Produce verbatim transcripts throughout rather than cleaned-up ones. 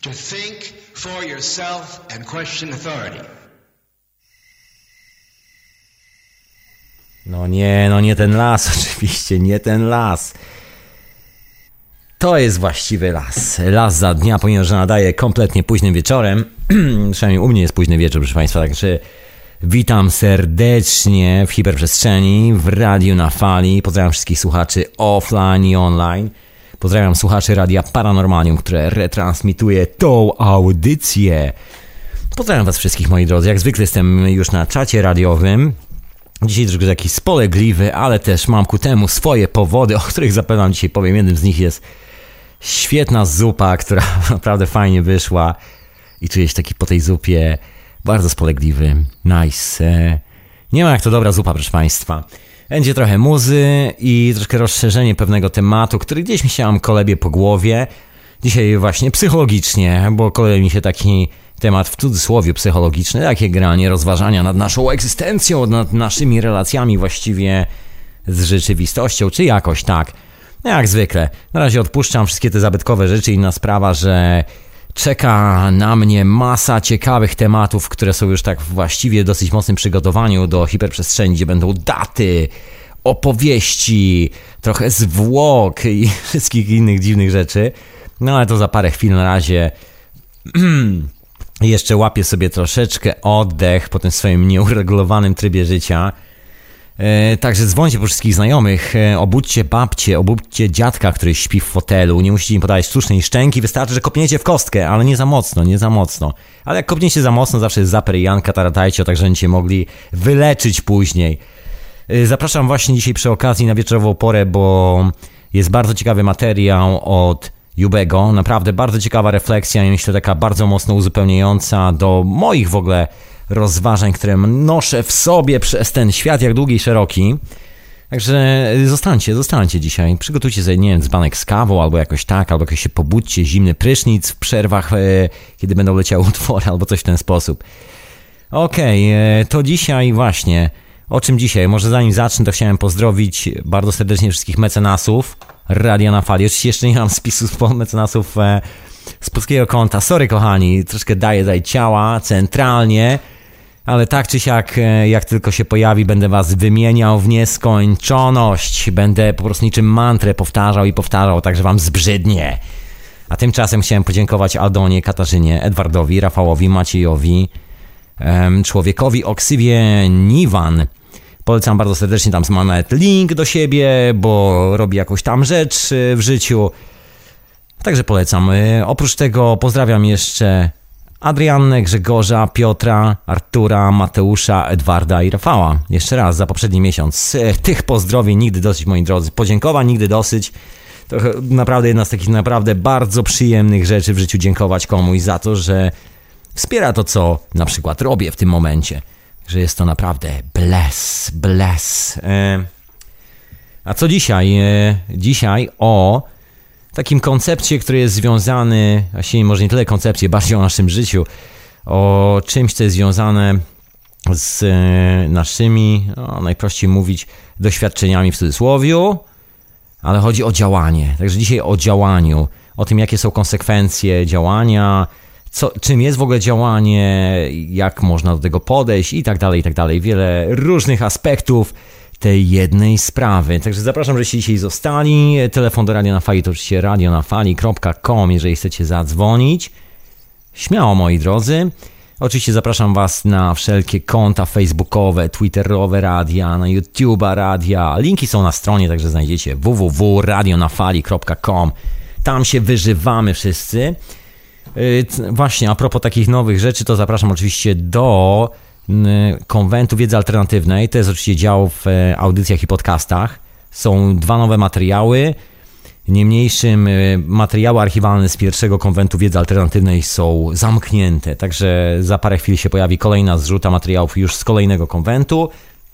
To think for yourself and question authority. No nie, no nie ten las, oczywiście, nie ten las. To jest właściwy las. Las za dnia, ponieważ nadaje kompletnie późnym wieczorem. Przynajmniej u mnie jest późny wieczór, proszę Państwa, także witam serdecznie w hiperprzestrzeni, w radiu na fali. Pozdrawiam wszystkich słuchaczy offline i online. Pozdrawiam słuchaczy Radia Paranormalium, które retransmituje tą audycję. Pozdrawiam Was wszystkich, moi drodzy. Jak zwykle jestem już na czacie radiowym. Dzisiaj troszkę taki spolegliwy, ale też mam ku temu swoje powody, o których zapewne wam dzisiaj powiem. Jednym z nich jest świetna zupa, która naprawdę fajnie wyszła i czuję się taki po tej zupie bardzo spolegliwy. Nice. Nie ma jak to dobra zupa, proszę Państwa. Będzie trochę muzy i troszkę rozszerzenie pewnego tematu, który gdzieś mi się kolebie po głowie. Dzisiaj właśnie psychologicznie, bo kolebie mi się taki temat w cudzysłowie psychologiczny, takie generalnie rozważania nad naszą egzystencją, nad naszymi relacjami właściwie z rzeczywistością, czy jakoś tak. No jak zwykle. Na razie odpuszczam wszystkie te zabytkowe rzeczy. Inna sprawa, że czeka na mnie masa ciekawych tematów, które są już tak właściwie w dosyć mocnym przygotowaniu do hiperprzestrzeni, gdzie będą daty, opowieści, trochę zwłok i wszystkich innych dziwnych rzeczy. No ale to za parę chwil. Na razie jeszcze łapię sobie troszeczkę oddech po tym swoim nieuregulowanym trybie życia. E, także dzwońcie po wszystkich znajomych, e, obudźcie babcię, obudźcie dziadka, który śpi w fotelu. Nie musicie im podawać sztucznej szczęki, wystarczy, że kopniecie w kostkę, ale nie za mocno, nie za mocno. Ale jak kopniecie za mocno, zawsze jest zaper i Janka, taratajcie, tak że będziecie mogli wyleczyć później. E, zapraszam właśnie dzisiaj przy okazji na wieczorową porę, bo jest bardzo ciekawy materiał od Jubego. Naprawdę bardzo ciekawa refleksja i myślę taka bardzo mocno uzupełniająca do moich w ogóle rozważań, które noszę w sobie przez ten świat jak długi i szeroki. Także zostańcie, zostańcie dzisiaj. Przygotujcie sobie, nie wiem, dzbanek z kawą albo jakoś tak, albo jakoś się pobudźcie, zimny prysznic w przerwach, e, kiedy będą leciały utwory albo coś w ten sposób. Okej, okay, to dzisiaj właśnie. O czym dzisiaj? Może zanim zacznę, to chciałem pozdrowić bardzo serdecznie wszystkich mecenasów Radia na Fali. Oczywiście jeszcze nie mam spisu mecenasów e, z polskiego konta. Sorry kochani, troszkę daję daj ciała centralnie, ale tak czy siak, e, jak tylko się pojawi, będę was wymieniał w nieskończoność. Będę po prostu niczym mantrę powtarzał i powtarzał, tak że wam zbrzydnie. A tymczasem chciałem podziękować Aldonie, Katarzynie, Edwardowi, Rafałowi, Maciejowi, e, człowiekowi o ksywie Niwan. Polecam bardzo serdecznie, tam mam nawet link do siebie, bo robi jakąś tam rzecz w życiu. Także polecam. Oprócz tego pozdrawiam jeszcze Adriannę, Grzegorza, Piotra, Artura, Mateusza, Edwarda i Rafała. Jeszcze raz za poprzedni miesiąc. Tych pozdrowień nigdy dosyć, moi drodzy. Podziękowań nigdy dosyć. To naprawdę jedna z takich naprawdę bardzo przyjemnych rzeczy w życiu, dziękować komuś za to, że wspiera to, co na przykład robię w tym momencie. Że jest to naprawdę bless, bless. E, a co dzisiaj? E, dzisiaj o takim koncepcie, który jest związany, właściwie może nie tyle koncepcję, bardziej o naszym życiu, o czymś, co jest związane z e, naszymi, no, najprościej mówić, doświadczeniami w cudzysłowiu, ale chodzi o działanie. Także dzisiaj o działaniu, o tym, jakie są konsekwencje działania, Co, czym jest w ogóle działanie, jak można do tego podejść i tak dalej, i tak dalej. Wiele różnych aspektów tej jednej sprawy. Także zapraszam, żeście dzisiaj zostali. Telefon do Radia na Fali to oczywiście radio na fali kropka com, jeżeli chcecie zadzwonić. Śmiało, moi drodzy. Oczywiście zapraszam was na wszelkie konta facebookowe, twitterowe radia, na YouTube'a radia. Linki są na stronie, także znajdziecie w w w kropka radio na fali kropka com. Tam się wyżywamy wszyscy. Właśnie, a propos takich nowych rzeczy, to zapraszam oczywiście do Konwentu Wiedzy Alternatywnej. To jest oczywiście dział w audycjach i podcastach. Są dwa nowe materiały. Niemniejszym materiały archiwalne z pierwszego Konwentu Wiedzy Alternatywnej są zamknięte. Także za parę chwil się pojawi kolejna zrzuta materiałów już z kolejnego konwentu.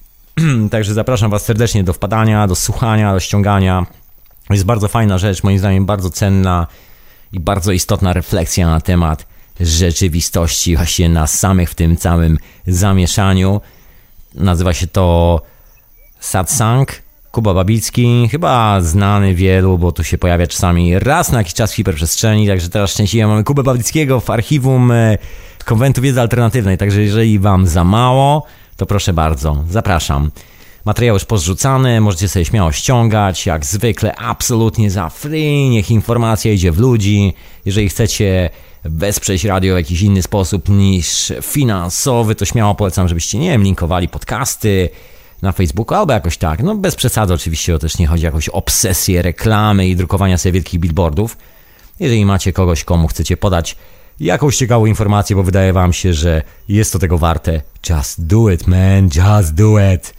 Także zapraszam was serdecznie do wpadania, do słuchania, do ściągania. Jest bardzo fajna rzecz, moim zdaniem bardzo cenna i bardzo istotna refleksja na temat rzeczywistości, właśnie nas samych w tym całym zamieszaniu. Nazywa się to satsang Kuba Babicki, chyba znany wielu, bo tu się pojawia czasami raz na jakiś czas w hiperprzestrzeni, także teraz szczęśliwie mamy Kubę Babickiego w archiwum Konwentu Wiedzy Alternatywnej, także jeżeli wam za mało, to proszę bardzo, zapraszam. Materiał już pozrzucany, możecie sobie śmiało ściągać, jak zwykle absolutnie za free, niech informacja idzie w ludzi. Jeżeli chcecie wesprzeć radio w jakiś inny sposób niż finansowy, to śmiało polecam, żebyście, nie wiem, linkowali podcasty na Facebooku albo jakoś tak. No bez przesady oczywiście, to też nie chodzi o jakąś obsesję reklamy i drukowania sobie wielkich billboardów. Jeżeli macie kogoś, komu chcecie podać jakąś ciekawą informację, bo wydaje wam się, że jest to tego warte, just do it, man, just do it.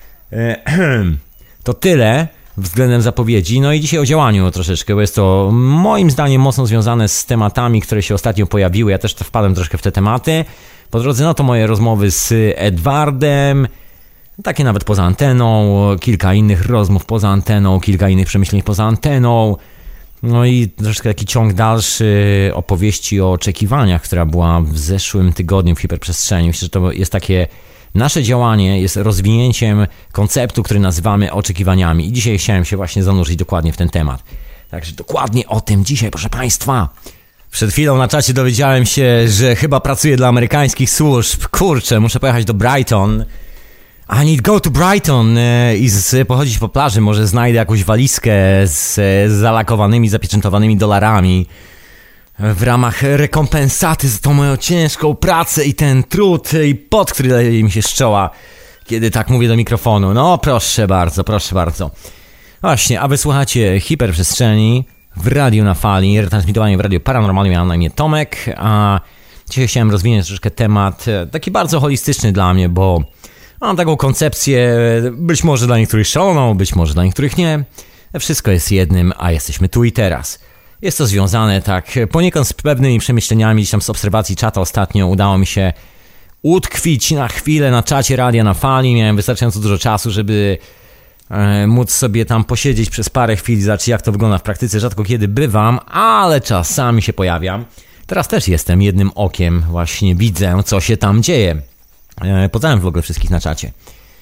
To tyle względem zapowiedzi. No i dzisiaj o działaniu troszeczkę, bo jest to moim zdaniem mocno związane z tematami, które się ostatnio pojawiły. Ja też to wpadłem troszkę w te tematy. Po drodze no to moje rozmowy z Edwardem, takie nawet poza anteną, kilka innych rozmów poza anteną, kilka innych przemyśleń poza anteną. No i troszeczkę taki ciąg dalszy opowieści o oczekiwaniach, która była w zeszłym tygodniu w hiperprzestrzeni. Myślę, że to jest takie nasze działanie, jest rozwinięciem konceptu, który nazywamy oczekiwaniami. I dzisiaj chciałem się właśnie zanurzyć dokładnie w ten temat. Także dokładnie o tym dzisiaj, proszę Państwa. Przed chwilą na czacie dowiedziałem się, że chyba pracuję dla amerykańskich służb. Kurczę, muszę pojechać do Brighton. I need go to Brighton i z, pochodzić po plaży. Może znajdę jakąś walizkę z, z zalakowanymi, zapieczętowanymi dolarami w ramach rekompensaty za tą moją ciężką pracę i ten trud i pot, który leje mi się z czoła, kiedy tak mówię do mikrofonu. No proszę bardzo, proszę bardzo. Właśnie, a wysłuchacie hiperprzestrzeni w radiu na fali, retransmitowanie w radiu paranormalnym. Miałem na imię Tomek, a dzisiaj chciałem rozwinąć troszeczkę temat taki bardzo holistyczny dla mnie, bo mam taką koncepcję, być może dla niektórych szaloną, być może dla niektórych nie. Wszystko jest jednym, a jesteśmy tu i teraz. Jest to związane tak poniekąd z pewnymi przemyśleniami, gdzieś tam z obserwacji czata ostatnio udało mi się utkwić na chwilę na czacie Radia na Fali. Miałem wystarczająco dużo czasu, żeby e, móc sobie tam posiedzieć przez parę chwil i zobaczyć, jak to wygląda w praktyce. Rzadko kiedy bywam, ale czasami się pojawiam. Teraz też jestem jednym okiem, właśnie widzę, co się tam dzieje. E, Pozdrawiam w ogóle wszystkich na czacie.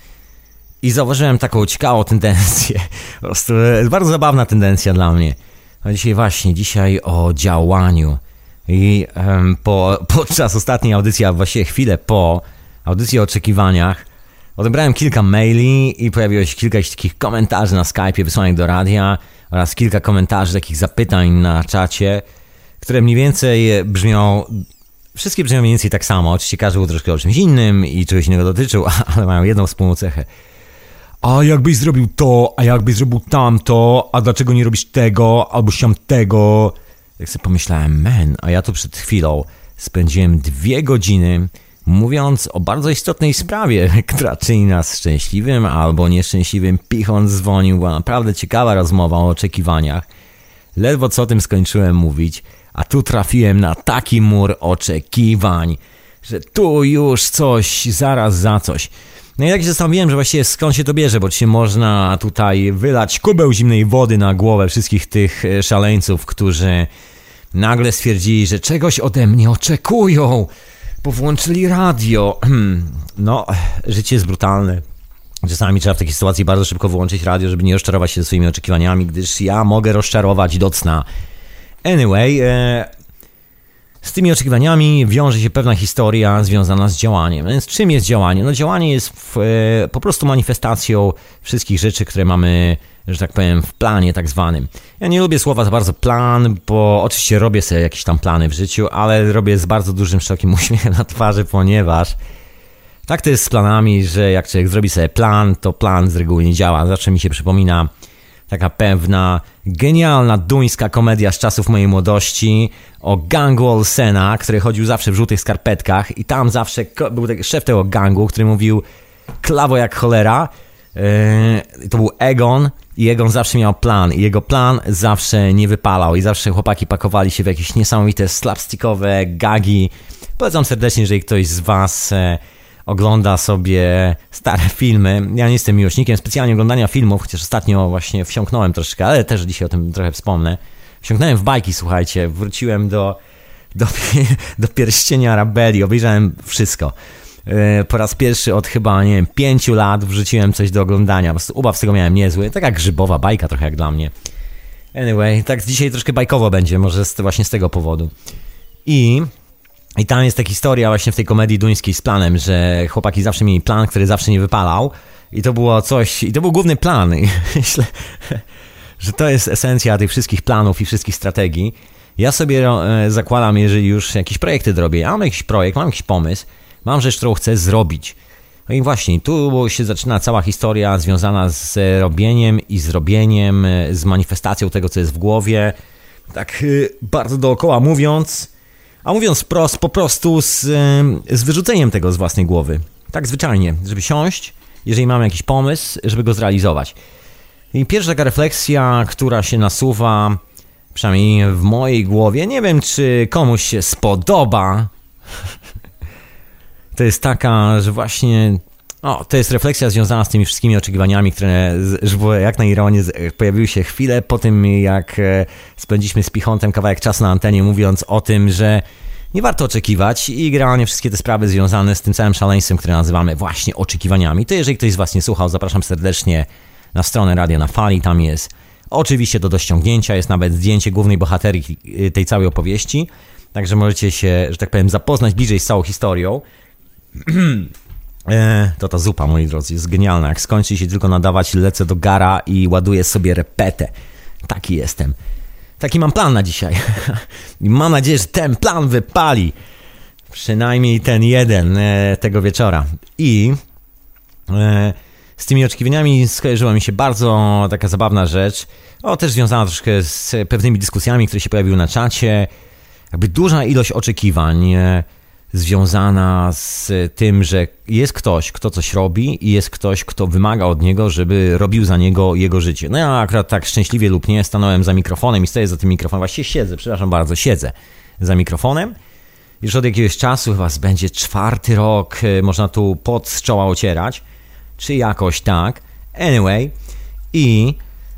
I zauważyłem taką ciekawą tendencję. Po prostu e, bardzo zabawna tendencja dla mnie. A dzisiaj właśnie, dzisiaj o działaniu. I um, po, podczas ostatniej audycji, a właściwie chwilę po audycji o oczekiwaniach, odebrałem kilka maili i pojawiło się kilka takich komentarzy na Skype'ie wysłanych do radia oraz kilka komentarzy, takich zapytań na czacie, które mniej więcej brzmią, wszystkie brzmią mniej więcej tak samo. Oczywiście każdy był troszkę o czymś innym i czegoś innego dotyczył, ale mają jedną wspólną cechę. A jakbyś zrobił to, a jakbyś zrobił tamto, a dlaczego nie robisz tego, albo siam tego? Jak sobie pomyślałem, man, a ja tu przed chwilą spędziłem dwie godziny mówiąc o bardzo istotnej sprawie, która czyni nas szczęśliwym albo nieszczęśliwym. Pichon dzwonił, była naprawdę ciekawa rozmowa o oczekiwaniach. Ledwo co o tym skończyłem mówić, a tu trafiłem na taki mur oczekiwań, że tu już coś, zaraz za coś. No i tak się zastanowiłem, że właściwie skąd się to bierze, bo czy można tutaj wylać kubeł zimnej wody na głowę wszystkich tych szaleńców, którzy nagle stwierdzili, że czegoś ode mnie oczekują, bo włączyli radio. No, życie jest brutalne. Czasami trzeba w takiej sytuacji bardzo szybko wyłączyć radio, żeby nie rozczarować się ze swoimi oczekiwaniami, gdyż ja mogę rozczarować do cna. Anyway, e- z tymi oczekiwaniami wiąże się pewna historia związana z działaniem. Więc czym jest działanie? No działanie jest w, e, po prostu manifestacją wszystkich rzeczy, które mamy, że tak powiem, w planie tak zwanym. Ja nie lubię słowa za bardzo plan, bo oczywiście robię sobie jakieś tam plany w życiu, ale robię z bardzo dużym szerokim uśmiechem na twarzy, ponieważ tak to jest z planami, że jak człowiek zrobi sobie plan, to plan z reguły nie działa. Zawsze mi się przypomina taka pewna genialna duńska komedia z czasów mojej młodości o gangu Olsena, który chodził zawsze w żółtych skarpetkach i tam zawsze był taki szef tego gangu, który mówił klawo jak cholera. Yy, to był Egon i Egon zawsze miał plan i jego plan zawsze nie wypalał i zawsze chłopaki pakowali się w jakieś niesamowite slapstickowe gagi. Polecam serdecznie, jeżeli ktoś z was e, ogląda sobie stare filmy. Ja nie jestem miłośnikiem specjalnie oglądania filmów, chociaż ostatnio właśnie wsiąknąłem troszkę, ale też dzisiaj o tym trochę wspomnę. Wsiąknąłem w bajki, słuchajcie, wróciłem do, do, do Pierścienia Rabeli, obejrzałem wszystko. Po raz pierwszy od chyba, nie wiem, pięciu lat wrzuciłem coś do oglądania. Po prostu ubaw z tego miałem niezły. Taka grzybowa bajka trochę jak dla mnie. Anyway, tak dzisiaj troszkę bajkowo będzie, może z, właśnie z tego powodu. I, I tam jest ta historia właśnie w tej komedii duńskiej z planem, że chłopaki zawsze mieli plan, który zawsze nie wypalał. I to było coś, i to był główny plan. I myślę, że to jest esencja tych wszystkich planów i wszystkich strategii. Ja sobie e, zakładam, jeżeli już jakieś projekty robię, ja mam jakiś projekt, mam jakiś pomysł, mam rzecz, którą chcę zrobić. No i właśnie, tu się zaczyna cała historia związana z robieniem i zrobieniem, z manifestacją tego, co jest w głowie. Tak bardzo dookoła mówiąc, a mówiąc wprost, po prostu z, z wyrzuceniem tego z własnej głowy. Tak zwyczajnie, żeby siąść, jeżeli mam jakiś pomysł, żeby go zrealizować. I pierwsza taka refleksja, która się nasuwa, przynajmniej w mojej głowie, nie wiem, czy komuś się spodoba, to jest taka, że właśnie, o, to jest refleksja związana z tymi wszystkimi oczekiwaniami, które, jak na ironię, pojawiły się chwilę po tym, jak spędziliśmy z Pichontem kawałek czasu na antenie, mówiąc o tym, że nie warto oczekiwać i generalnie wszystkie te sprawy związane z tym całym szaleństwem, które nazywamy właśnie oczekiwaniami. To jeżeli ktoś z was nie słuchał, zapraszam serdecznie na stronę Radia na Fali, tam jest oczywiście do dościągnięcia, jest nawet zdjęcie głównej bohaterii tej całej opowieści, także możecie się, że tak powiem, zapoznać bliżej z całą historią. To ta zupa, moi drodzy, jest genialna. Jak skończy się tylko nadawać, lecę do gara i ładuję sobie repetę. Taki jestem. Taki mam plan na dzisiaj. I mam nadzieję, że ten plan wypali. Przynajmniej ten jeden tego wieczora. I z tymi oczekiwaniami skojarzyła mi się bardzo taka zabawna rzecz. O, też związana troszkę z pewnymi dyskusjami, które się pojawiły na czacie. Jakby duża ilość oczekiwań związana z tym, że jest ktoś, kto coś robi i jest ktoś, kto wymaga od niego, żeby robił za niego jego życie. No ja akurat tak szczęśliwie lub nie stanąłem za mikrofonem i stoję za tym mikrofonem. Właściwie siedzę, przepraszam bardzo, siedzę za mikrofonem. Już od jakiegoś czasu, chyba będzie czwarty rok, można tu pot z czoła ocierać, czy jakoś tak. Anyway, i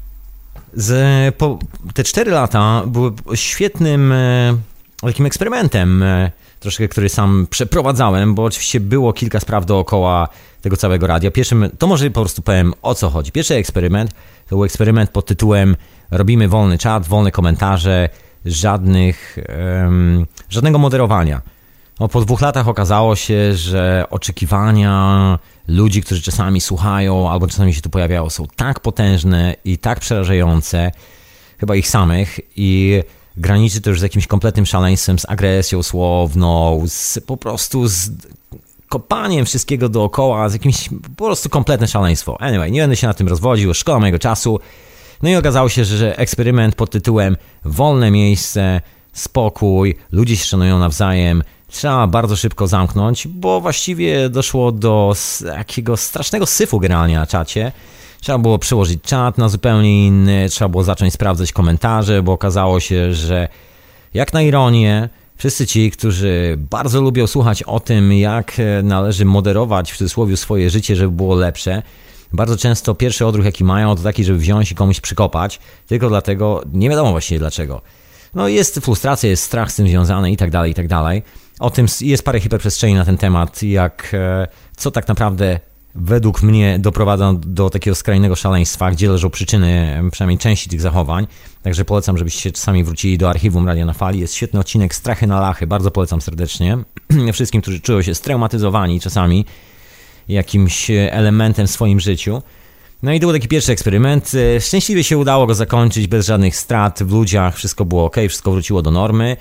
z, po, te cztery lata były świetnym takim eksperymentem, troszkę, który sam przeprowadzałem, bo oczywiście było kilka spraw dookoła tego całego radia. Pierwszym, to może po prostu powiem, o co chodzi. Pierwszy eksperyment to był eksperyment pod tytułem robimy wolny czat, wolne komentarze, żadnych, um, żadnego moderowania. No, po dwóch latach okazało się, że oczekiwania ludzi, którzy czasami słuchają albo czasami się tu pojawiają, są tak potężne i tak przerażające, chyba ich samych, i graniczy to już z jakimś kompletnym szaleństwem, z agresją słowną, z po prostu z kopaniem wszystkiego dookoła, z jakimś po prostu kompletne szaleństwo. Anyway, nie będę się na tym rozwodził, szkoda mojego czasu. No i okazało się, że eksperyment pod tytułem wolne miejsce, spokój, ludzie się szanują nawzajem, trzeba bardzo szybko zamknąć, bo właściwie doszło do takiego strasznego syfu generalnie na czacie. Trzeba było przełożyć czat na zupełnie inny, trzeba było zacząć sprawdzać komentarze, bo okazało się, że jak na ironię, wszyscy ci, którzy bardzo lubią słuchać o tym, jak należy moderować w cudzysłowie swoje życie, żeby było lepsze, bardzo często pierwszy odruch, jaki mają, to taki, żeby wziąć i komuś przykopać, tylko dlatego, nie wiadomo właściwie dlaczego. No jest frustracja, jest strach z tym związany i tak dalej, i tak dalej. O tym jest parę hiperprzestrzeni na ten temat, jak co tak naprawdę według mnie doprowadza do takiego skrajnego szaleństwa, gdzie leżą przyczyny przynajmniej części tych zachowań. Także polecam, żebyście czasami wrócili do archiwum Radia na Fali. Jest świetny odcinek Strachy na lachy, bardzo polecam serdecznie. Wszystkim, którzy czują się straumatyzowani czasami jakimś elementem w swoim życiu. No i to był taki pierwszy eksperyment. Szczęśliwie się udało go zakończyć bez żadnych strat w ludziach, wszystko było ok, wszystko wróciło do normy.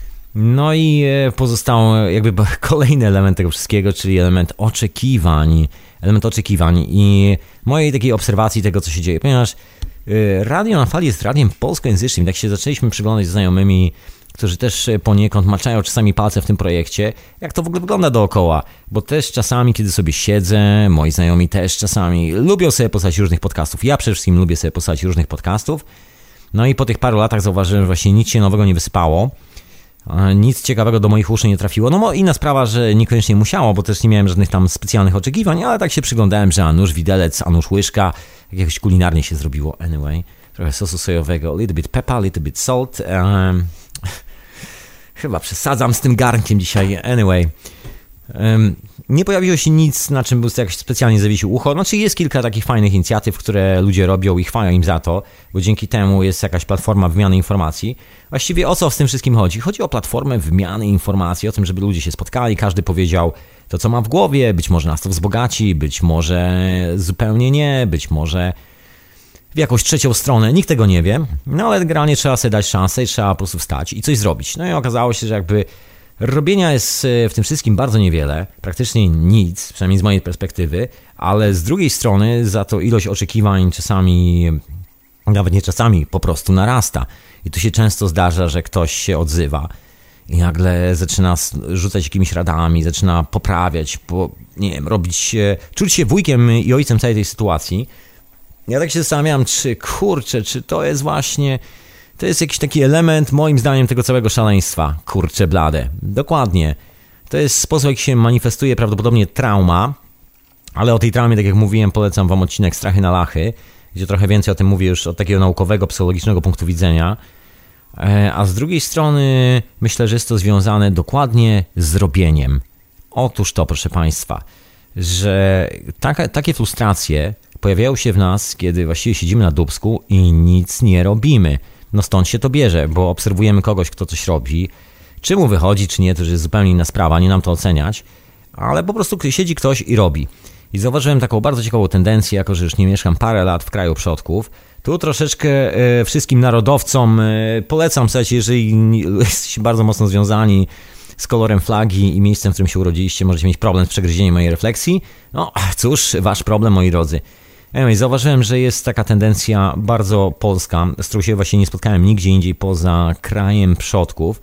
No i pozostał jakby kolejny element tego wszystkiego, czyli element oczekiwań. Element oczekiwań i mojej takiej obserwacji tego, co się dzieje, ponieważ Radio na Fali jest radiem polskojęzycznym. Tak się zaczęliśmy przyglądać z znajomymi, którzy też poniekąd maczają czasami palce w tym projekcie, jak to w ogóle wygląda dookoła, bo też czasami, kiedy sobie siedzę, moi znajomi też czasami lubią sobie posłuchać różnych podcastów. Ja przede wszystkim lubię sobie posłuchać różnych podcastów. No i po tych paru latach zauważyłem, że właśnie nic się nowego nie wysypało. Nic ciekawego do moich uszu nie trafiło. No inna sprawa, że niekoniecznie musiało, bo też nie miałem żadnych tam specjalnych oczekiwań, ale tak się przyglądałem, że a nuż widelec, a nuż łyżka, jakoś kulinarnie się zrobiło. Anyway, trochę sosu sojowego, little bit pepper, little bit salt. Um, chyba przesadzam z tym garnkiem dzisiaj. Anyway, um, Nie pojawiło się nic, na czym jakoś specjalnie zawiesił ucho. Znaczy jest kilka takich fajnych inicjatyw, które ludzie robią i chwalę im za to, bo dzięki temu jest jakaś platforma wymiany informacji. Właściwie o co z tym wszystkim chodzi? Chodzi o platformę wymiany informacji, o tym, żeby ludzie się spotkali, każdy powiedział to, co ma w głowie, być może nas to wzbogaci, być może zupełnie nie, być może w jakąś trzecią stronę, nikt tego nie wie, no ale generalnie trzeba sobie dać szansę i trzeba po prostu wstać i coś zrobić. No i okazało się, że jakby robienia jest w tym wszystkim bardzo niewiele, praktycznie nic, przynajmniej z mojej perspektywy, ale z drugiej strony za to ilość oczekiwań czasami, nawet nie czasami, po prostu narasta. I tu się często zdarza, że ktoś się odzywa i nagle zaczyna rzucać jakimiś radami, zaczyna poprawiać, po, nie wiem, robić się, czuć się wujkiem i ojcem całej tej sytuacji. Ja tak się zastanawiam, czy kurczę, czy to jest właśnie... To jest jakiś taki element, moim zdaniem, tego całego szaleństwa. Kurczę blade. Dokładnie. To jest sposób, jak się manifestuje prawdopodobnie trauma, ale o tej traumie, tak jak mówiłem, polecam wam odcinek Strachy na Lachy, gdzie trochę więcej o tym mówię już od takiego naukowego, psychologicznego punktu widzenia. A z drugiej strony myślę, że jest to związane dokładnie z robieniem. Otóż to, proszę państwa, że taka, takie frustracje pojawiają się w nas, kiedy właściwie siedzimy na dupsku i nic nie robimy. No stąd się to bierze, bo obserwujemy kogoś, kto coś robi. Czy mu wychodzi, czy nie, to już jest zupełnie inna sprawa, nie nam to oceniać, ale po prostu siedzi ktoś i robi. I zauważyłem taką bardzo ciekawą tendencję, jako że już nie mieszkam parę lat w kraju przodków. Tu troszeczkę e, wszystkim narodowcom e, polecam, słuchajcie, jeżeli jesteście bardzo mocno związani z kolorem flagi i miejscem, w którym się urodziliście, możecie mieć problem z przegryzieniem mojej refleksji. No cóż, wasz problem, moi drodzy. Anyway, zauważyłem, że jest taka tendencja bardzo polska, z którą się właśnie nie spotkałem nigdzie indziej poza krajem przodków,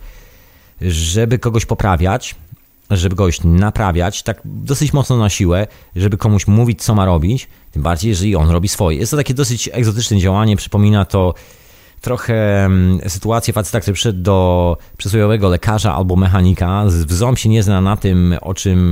żeby kogoś poprawiać, żeby kogoś naprawiać, tak dosyć mocno na siłę, żeby komuś mówić, co ma robić, tym bardziej, jeżeli on robi swoje. Jest to takie dosyć egzotyczne działanie, przypomina to trochę sytuację faceta, który przyszedł do przysłowiowego lekarza albo mechanika, w ząb się nie zna na tym, o czym...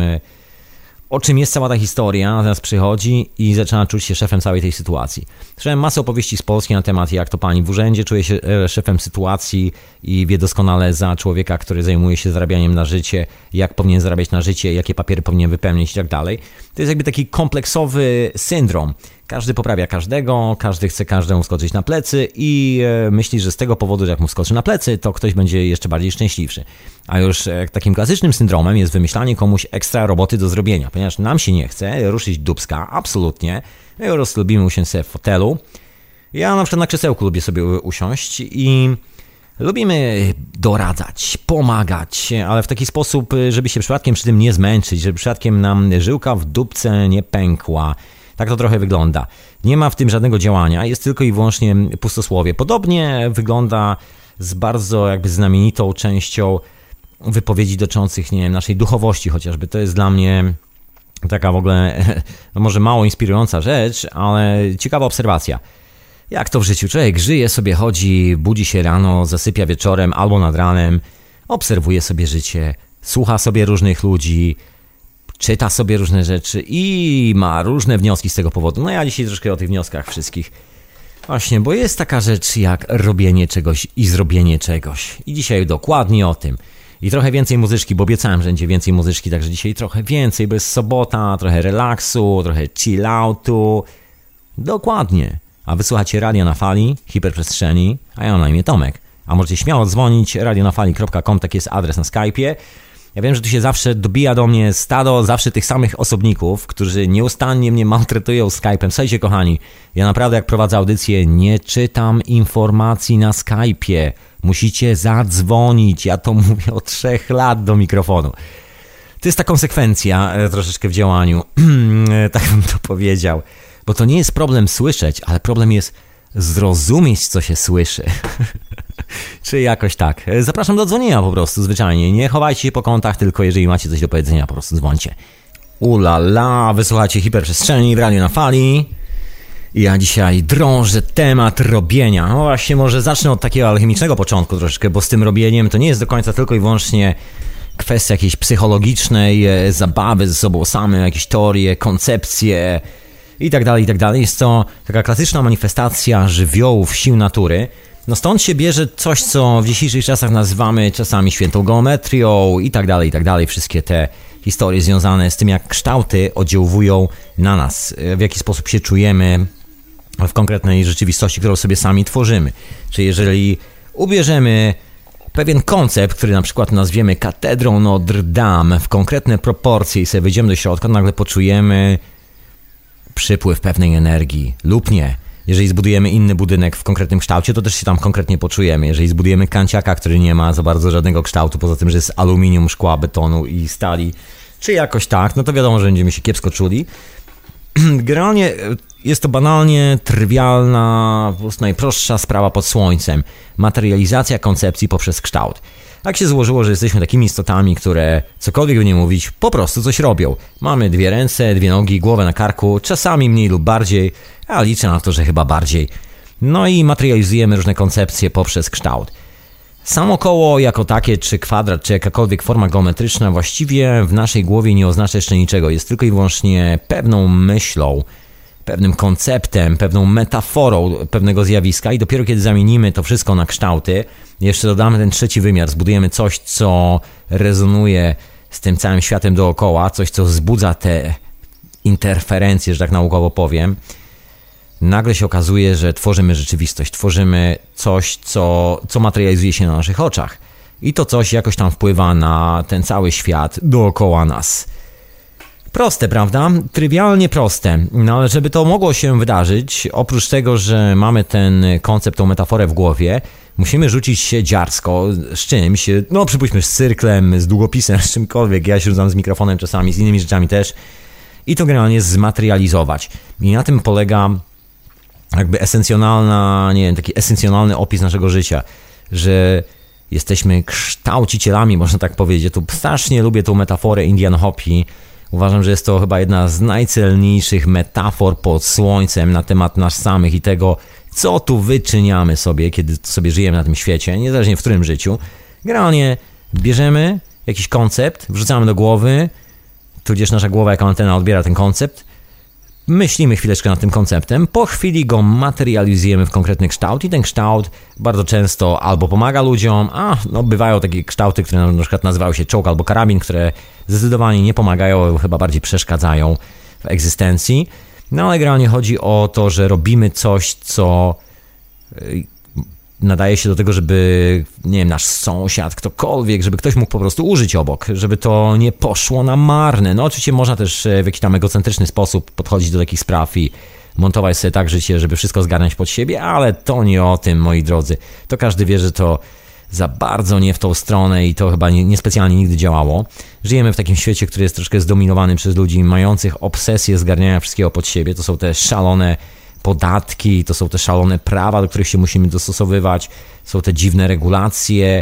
O czym jest cała ta historia, natomiast przychodzi i zaczyna czuć się szefem całej tej sytuacji. Słyszałem masę opowieści z Polski na temat, jak to pani w urzędzie czuje się szefem sytuacji i wie doskonale za człowieka, który zajmuje się zarabianiem na życie, jak powinien zarabiać na życie, jakie papiery powinien wypełnić i tak dalej. To jest jakby taki kompleksowy syndrom. Każdy poprawia każdego, każdy chce każdemu skoczyć na plecy i myśli, że z tego powodu, że jak mu skoczy na plecy, to ktoś będzie jeszcze bardziej szczęśliwszy. A już takim klasycznym syndromem jest wymyślanie komuś ekstra roboty do zrobienia, ponieważ nam się nie chce ruszyć dupska, absolutnie. My po prostu lubimy usiąść sobie w fotelu. Ja na przykład na krzesełku lubię sobie usiąść i lubimy doradzać, pomagać, ale w taki sposób, żeby się przypadkiem przy tym nie zmęczyć, żeby przypadkiem nam żyłka w dupce nie pękła. Tak to trochę wygląda. Nie ma w tym żadnego działania, jest tylko i wyłącznie pustosłowie. Podobnie wygląda z bardzo jakby znamienitą częścią wypowiedzi dotyczących, nie wiem, naszej duchowości chociażby. To jest dla mnie taka w ogóle, no może mało inspirująca rzecz, ale ciekawa obserwacja. Jak to w życiu? Człowiek żyje sobie, chodzi, budzi się rano, zasypia wieczorem albo nad ranem, obserwuje sobie życie, słucha sobie różnych ludzi, czyta sobie różne rzeczy i ma różne wnioski z tego powodu. No ja dzisiaj troszkę o tych wnioskach wszystkich. Właśnie, bo jest taka rzecz jak robienie czegoś i zrobienie czegoś. I dzisiaj dokładnie o tym. I trochę więcej muzyczki, bo obiecałem, że będzie więcej muzyczki, także dzisiaj trochę więcej, bo jest sobota, trochę relaksu, trochę chill outu. Dokładnie. A wysłuchacie Radio na Fali, hiperprzestrzeni, a ja mam na imię Tomek. A możecie śmiało dzwonić, radionafali kropka com, taki jest adres na Skype'ie. Ja wiem, że tu się zawsze dobija do mnie stado zawsze tych samych osobników, którzy nieustannie mnie maltretują Skype'em. Słuchajcie, kochani, ja naprawdę jak prowadzę audycję, nie czytam informacji na Skype'ie. Musicie zadzwonić. Ja to mówię od trzech lat do mikrofonu. To jest ta konsekwencja troszeczkę w działaniu. Tak bym to powiedział. Bo to nie jest problem słyszeć, ale problem jest zrozumieć, co się słyszy. Czy jakoś tak. Zapraszam do dzwonienia po prostu, zwyczajnie. Nie chowajcie się po kątach, tylko jeżeli macie coś do powiedzenia, po prostu dzwońcie. Ula la, wysłuchacie hiperprzestrzeni w Radio na Fali. Ja dzisiaj drążę temat robienia. No właśnie, może zacznę od takiego alchemicznego początku troszeczkę, bo z tym robieniem to nie jest do końca tylko i wyłącznie kwestia jakiejś psychologicznej zabawy ze sobą samym, jakieś teorie, koncepcje i tak dalej, i tak dalej. Jest to taka klasyczna manifestacja żywiołów, sił natury. No stąd się bierze coś, co w dzisiejszych czasach nazywamy czasami świętą geometrią i tak dalej, i tak dalej. Wszystkie te historie związane z tym, jak kształty oddziałują na nas, w jaki sposób się czujemy w konkretnej rzeczywistości, którą sobie sami tworzymy. Czy jeżeli ubierzemy pewien koncept, który na przykład nazwiemy katedrą Notre Dame w konkretne proporcje i sobie wejdziemy do środka, nagle poczujemy przypływ pewnej energii lub nie. Jeżeli zbudujemy inny budynek w konkretnym kształcie, to też się tam konkretnie poczujemy. Jeżeli zbudujemy kanciaka, który nie ma za bardzo żadnego kształtu, poza tym, że jest aluminium, szkła, betonu i stali, czy jakoś tak, no to wiadomo, że będziemy się kiepsko czuli. Generalnie jest to banalnie trywialna, po prostu najprostsza sprawa pod słońcem. Materializacja koncepcji poprzez kształt. Tak się złożyło, że jesteśmy takimi istotami, które, cokolwiek by nie mówić, po prostu coś robią. Mamy dwie ręce, dwie nogi, głowę na karku, czasami mniej lub bardziej, a liczę na to, że chyba bardziej. No i materializujemy różne koncepcje poprzez kształt. Samo koło jako takie, czy kwadrat, czy jakakolwiek forma geometryczna właściwie w naszej głowie nie oznacza jeszcze niczego. Jest tylko i wyłącznie pewną myślą, pewnym konceptem, pewną metaforą pewnego zjawiska i dopiero kiedy zamienimy to wszystko na kształty, jeszcze dodamy ten trzeci wymiar, zbudujemy coś, co rezonuje z tym całym światem dookoła, coś, co wzbudza te interferencje, że tak naukowo powiem, nagle się okazuje, że tworzymy rzeczywistość, tworzymy coś, co, co materializuje się na naszych oczach. I to coś jakoś tam wpływa na ten cały świat dookoła nas. Proste, prawda? Trywialnie proste. No ale żeby to mogło się wydarzyć, oprócz tego, że mamy ten koncept, tą metaforę w głowie, musimy rzucić się dziarsko z czymś, no przypuśćmy z cyrklem, z długopisem, z czymkolwiek. Ja się rzucam z mikrofonem czasami, z innymi rzeczami też. I to generalnie zmaterializować. I na tym polega jakby esencjonalna, nie wiem, taki esencjonalny opis naszego życia, że jesteśmy kształcicielami, można tak powiedzieć. Ja tu strasznie lubię tą metaforę Indian Hopi. Uważam, że jest to chyba jedna z najcelniejszych metafor pod słońcem na temat nas samych i tego, co tu wyczyniamy sobie, kiedy sobie żyjemy na tym świecie, niezależnie w którym życiu. Generalnie bierzemy jakiś koncept, wrzucamy do głowy, tudzież nasza głowa jako antena odbiera ten koncept, myślimy chwileczkę nad tym konceptem, po chwili go materializujemy w konkretny kształt i ten kształt bardzo często albo pomaga ludziom, a no bywają takie kształty, które na przykład nazywają się czołg albo karabin, które zdecydowanie nie pomagają, chyba bardziej przeszkadzają w egzystencji. No ale generalnie chodzi o to, że robimy coś, co nadaje się do tego, żeby, nie wiem, nasz sąsiad, ktokolwiek, żeby ktoś mógł po prostu użyć obok, żeby to nie poszło na marne. No oczywiście można też w jakiś tam egocentryczny sposób podchodzić do takich spraw i montować sobie tak życie, żeby wszystko zgarnąć pod siebie, ale to nie o tym, moi drodzy. To każdy wie, że to za bardzo nie w tą stronę i to chyba nie, niespecjalnie nigdy działało. Żyjemy w takim świecie, który jest troszkę zdominowany przez ludzi mających obsesję zgarniania wszystkiego pod siebie. To są te szalone podatki, to są te szalone prawa, do których się musimy dostosowywać, są te dziwne regulacje,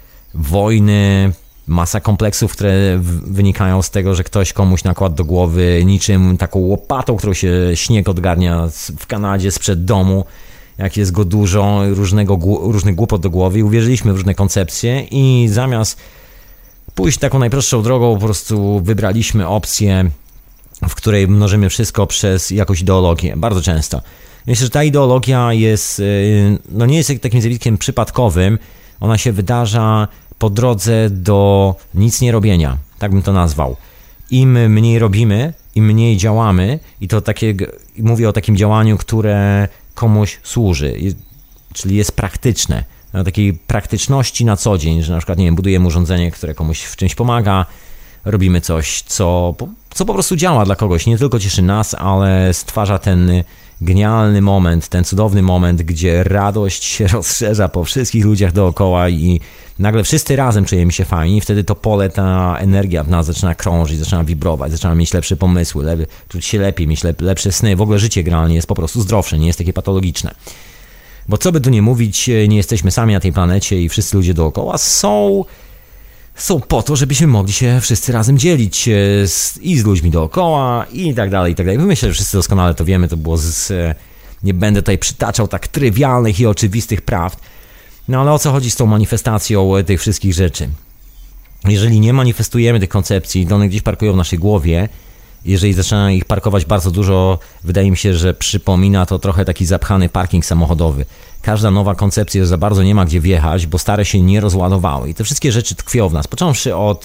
wojny, masa kompleksów, które wynikają z tego, że ktoś komuś nakładł do głowy niczym taką łopatą, którą się śnieg odgarnia w Kanadzie sprzed domu, jak jest go dużo, różnego, różnych głupot do głowy i uwierzyliśmy w różne koncepcje i zamiast pójść taką najprostszą drogą, po prostu wybraliśmy opcję, w której mnożymy wszystko przez jakąś ideologię, bardzo często. Myślę, że ta ideologia jest, no nie jest takim zjawiskiem przypadkowym, ona się wydarza po drodze do nic nie robienia, tak bym to nazwał. Im mniej robimy, im mniej działamy i to takie, mówię o takim działaniu, które komuś służy, czyli jest praktyczne, na takiej praktyczności na co dzień, że na przykład, nie wiem, budujemy urządzenie, które komuś w czymś pomaga, robimy coś, co, co po prostu działa dla kogoś, nie tylko cieszy nas, ale stwarza ten genialny moment, ten cudowny moment, gdzie radość się rozszerza po wszystkich ludziach dookoła i nagle wszyscy razem czujemy się fajni i wtedy to pole, ta energia w nas zaczyna krążyć, zaczyna wibrować, zaczyna mieć lepsze pomysły, lepiej, czuć się lepiej, mieć lep, lepsze sny, w ogóle życie generalnie jest po prostu zdrowsze, nie jest takie patologiczne. Bo co by tu nie mówić, nie jesteśmy sami na tej planecie i wszyscy ludzie dookoła są... są po to, żebyśmy mogli się wszyscy razem dzielić z, i z ludźmi dookoła i tak dalej, i tak dalej. Myślę, że wszyscy doskonale to wiemy, to było z... Nie będę tutaj przytaczał tak trywialnych i oczywistych prawd, no ale o co chodzi z tą manifestacją tych wszystkich rzeczy? Jeżeli nie manifestujemy tych koncepcji, to one gdzieś parkują w naszej głowie, jeżeli zaczyna ich parkować bardzo dużo, wydaje mi się, że przypomina to trochę taki zapchany parking samochodowy. każda nowa koncepcja za bardzo nie ma gdzie wjechać, bo stare się nie rozładowały. I te wszystkie rzeczy tkwią w nas, począwszy od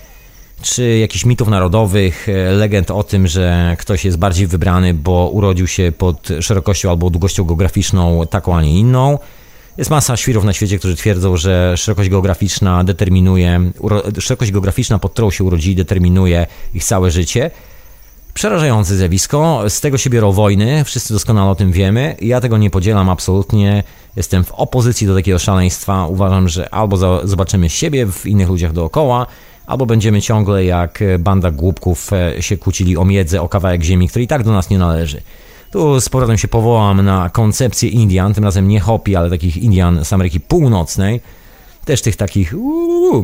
czy jakichś mitów narodowych, legend o tym, że ktoś jest bardziej wybrany, bo urodził się pod szerokością albo długością geograficzną taką, a nie inną. Jest masa świrów na świecie, którzy twierdzą, że szerokość geograficzna determinuje, szerokość geograficzna, pod którą się urodzili, determinuje ich całe życie. Przerażające zjawisko, z tego się biorą wojny, wszyscy doskonale o tym wiemy. Ja tego nie podzielam absolutnie, jestem w opozycji do takiego szaleństwa. Uważam, że albo zobaczymy siebie w innych ludziach dookoła, albo będziemy ciągle jak banda głupków się kłócili o miedzę, o kawałek ziemi, który i tak do nas nie należy. Tu z powrotem się powołam na koncepcję Indian, tym razem nie Hopi, ale takich Indian z Ameryki Północnej, też tych takich, uu,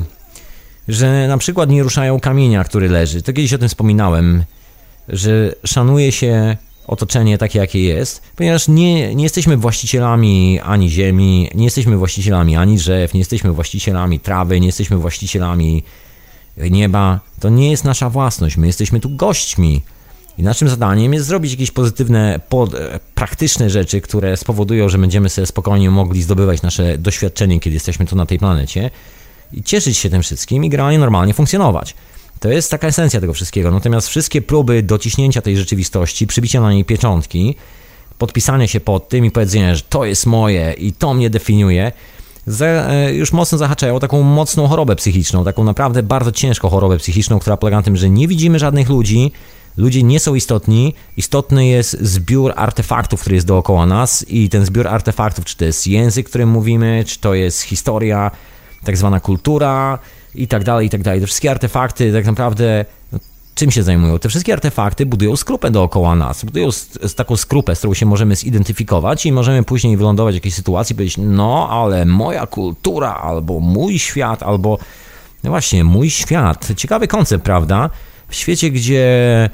że na przykład nie ruszają kamienia, który leży. To kiedyś o tym wspominałem, że szanuje się otoczenie takie, jakie jest, ponieważ nie, nie jesteśmy właścicielami ani ziemi, nie jesteśmy właścicielami ani drzew, nie jesteśmy właścicielami trawy, nie jesteśmy właścicielami nieba. To nie jest nasza własność, my jesteśmy tu gośćmi. I naszym zadaniem jest zrobić jakieś pozytywne, pod, praktyczne rzeczy, które spowodują, że będziemy sobie spokojnie mogli zdobywać nasze doświadczenie, kiedy jesteśmy tu na tej planecie i cieszyć się tym wszystkim i generalnie normalnie funkcjonować. To jest taka esencja tego wszystkiego. Natomiast wszystkie próby dociśnięcia tej rzeczywistości, przybicia na niej pieczątki, podpisania się pod tym i powiedzenia, że to jest moje i to mnie definiuje, za, już mocno zahaczają o taką mocną chorobę psychiczną, taką naprawdę bardzo ciężką chorobę psychiczną, która polega na tym, że nie widzimy żadnych ludzi, ludzie nie są istotni, istotny jest zbiór artefaktów, który jest dookoła nas i ten zbiór artefaktów, czy to jest język, którym mówimy, czy to jest historia, tak zwana kultura i tak dalej, i tak dalej. Te wszystkie artefakty tak naprawdę no, czym się zajmują? Te wszystkie artefakty budują skrupę dookoła nas, budują z, z taką skrupę, z którą się możemy zidentyfikować i możemy później wylądować w jakiejś sytuacji i powiedzieć, no ale moja kultura, albo mój świat, albo no właśnie, mój świat. Ciekawy koncept, prawda? W świecie, gdzie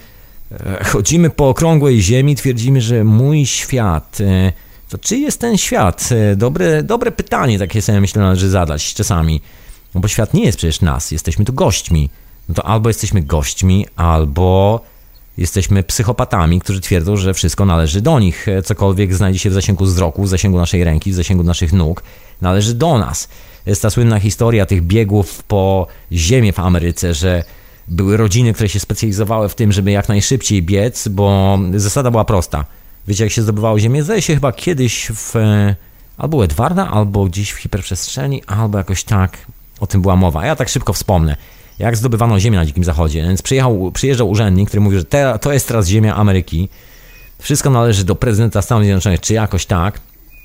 chodzimy po okrągłej ziemi, twierdzimy, że mój świat. To czy jest ten świat? Dobre, dobre pytanie, takie sobie myślę, należy zadać czasami. No bo świat nie jest przecież nas, jesteśmy tu gośćmi. No to albo jesteśmy gośćmi, albo jesteśmy psychopatami, którzy twierdzą, że wszystko należy do nich. Cokolwiek znajdzie się w zasięgu wzroku, w zasięgu naszej ręki, w zasięgu naszych nóg, należy do nas. Jest ta słynna historia tych biegów po ziemię w Ameryce, że były rodziny, które się specjalizowały w tym, żeby jak najszybciej biec, bo zasada była prosta. Wiecie, jak się zdobywało ziemię? Zdaje się chyba kiedyś w albo Edwarda, albo gdzieś w hiperprzestrzeni, albo jakoś tak o tym była mowa. Ja tak szybko wspomnę, jak zdobywano ziemię na Dzikim Zachodzie. Więc przyjechał, przyjeżdżał urzędnik, który mówił, że te, to jest teraz ziemia Ameryki. Wszystko należy do prezydenta Stanów Zjednoczonych, czy jakoś tak.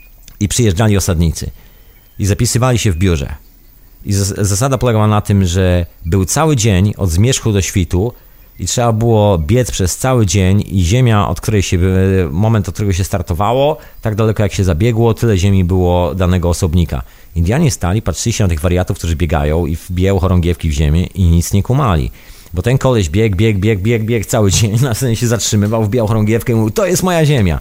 I przyjeżdżali osadnicy. I zapisywali się w biurze. I zasada polegała na tym, że był cały dzień od zmierzchu do świtu i trzeba było biec przez cały dzień i ziemia, od której się, moment, od którego się startowało, tak daleko jak się zabiegło, tyle ziemi było danego osobnika. Indianie stali, patrzyli się na tych wariatów, którzy biegają i wbijają chorągiewki w ziemię i nic nie kumali. Bo ten koleś bieg, bieg, bieg, bieg, bieg cały dzień, następnie się zatrzymywał, wbijał chorągiewkę i mówił, to jest moja ziemia.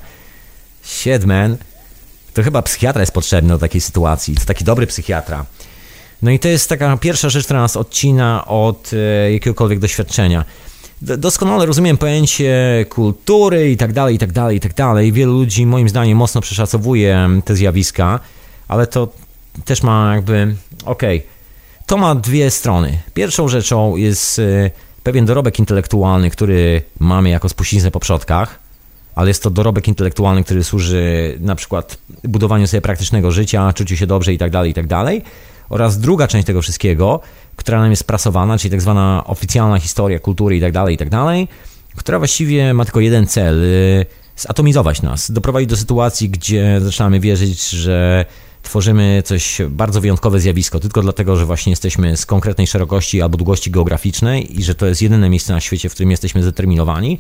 Shit, man. To chyba psychiatra jest potrzebny do takiej sytuacji, to taki dobry psychiatra. No i to jest taka pierwsza rzecz, która nas odcina od e, jakiegokolwiek doświadczenia. D- doskonale rozumiem pojęcie kultury i tak dalej, i tak dalej, i tak dalej. Wielu ludzi moim zdaniem mocno przeszacowuje te zjawiska, ale to też ma jakby, okej, okay. To ma dwie strony. Pierwszą rzeczą jest e, pewien dorobek intelektualny, który mamy jako spuściznę po przodkach, ale jest to dorobek intelektualny, który służy na przykład budowaniu sobie praktycznego życia, czuciu się dobrze i tak dalej, i tak dalej. Oraz druga część tego wszystkiego, która nam jest prasowana, czyli tak zwana oficjalna historia kultury i tak dalej, i tak dalej, która właściwie ma tylko jeden cel, zatomizować nas, doprowadzić do sytuacji, gdzie zaczynamy wierzyć, że tworzymy coś bardzo wyjątkowe zjawisko, tylko dlatego, że właśnie jesteśmy z konkretnej szerokości albo długości geograficznej i że to jest jedyne miejsce na świecie, w którym jesteśmy zdeterminowani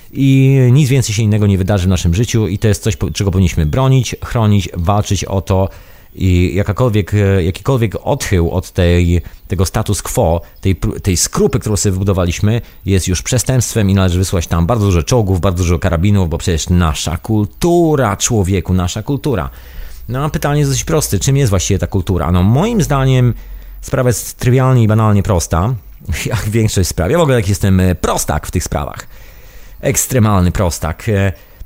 i nic więcej się innego nie wydarzy w naszym życiu i to jest coś, czego powinniśmy bronić, chronić, walczyć o to. I jakakolwiek, jakikolwiek odchył od tej, tego status quo, tej, tej skrupy, którą sobie wybudowaliśmy, jest już przestępstwem i należy wysłać tam bardzo dużo czołgów, bardzo dużo karabinów, bo przecież nasza kultura, człowieku, nasza kultura. No a pytanie jest dość proste, czym jest właściwie ta kultura? No moim zdaniem sprawa jest trywialnie i banalnie prosta, jak większość spraw. Ja w ogóle jak jestem prostak w tych sprawach. Ekstremalny prostak.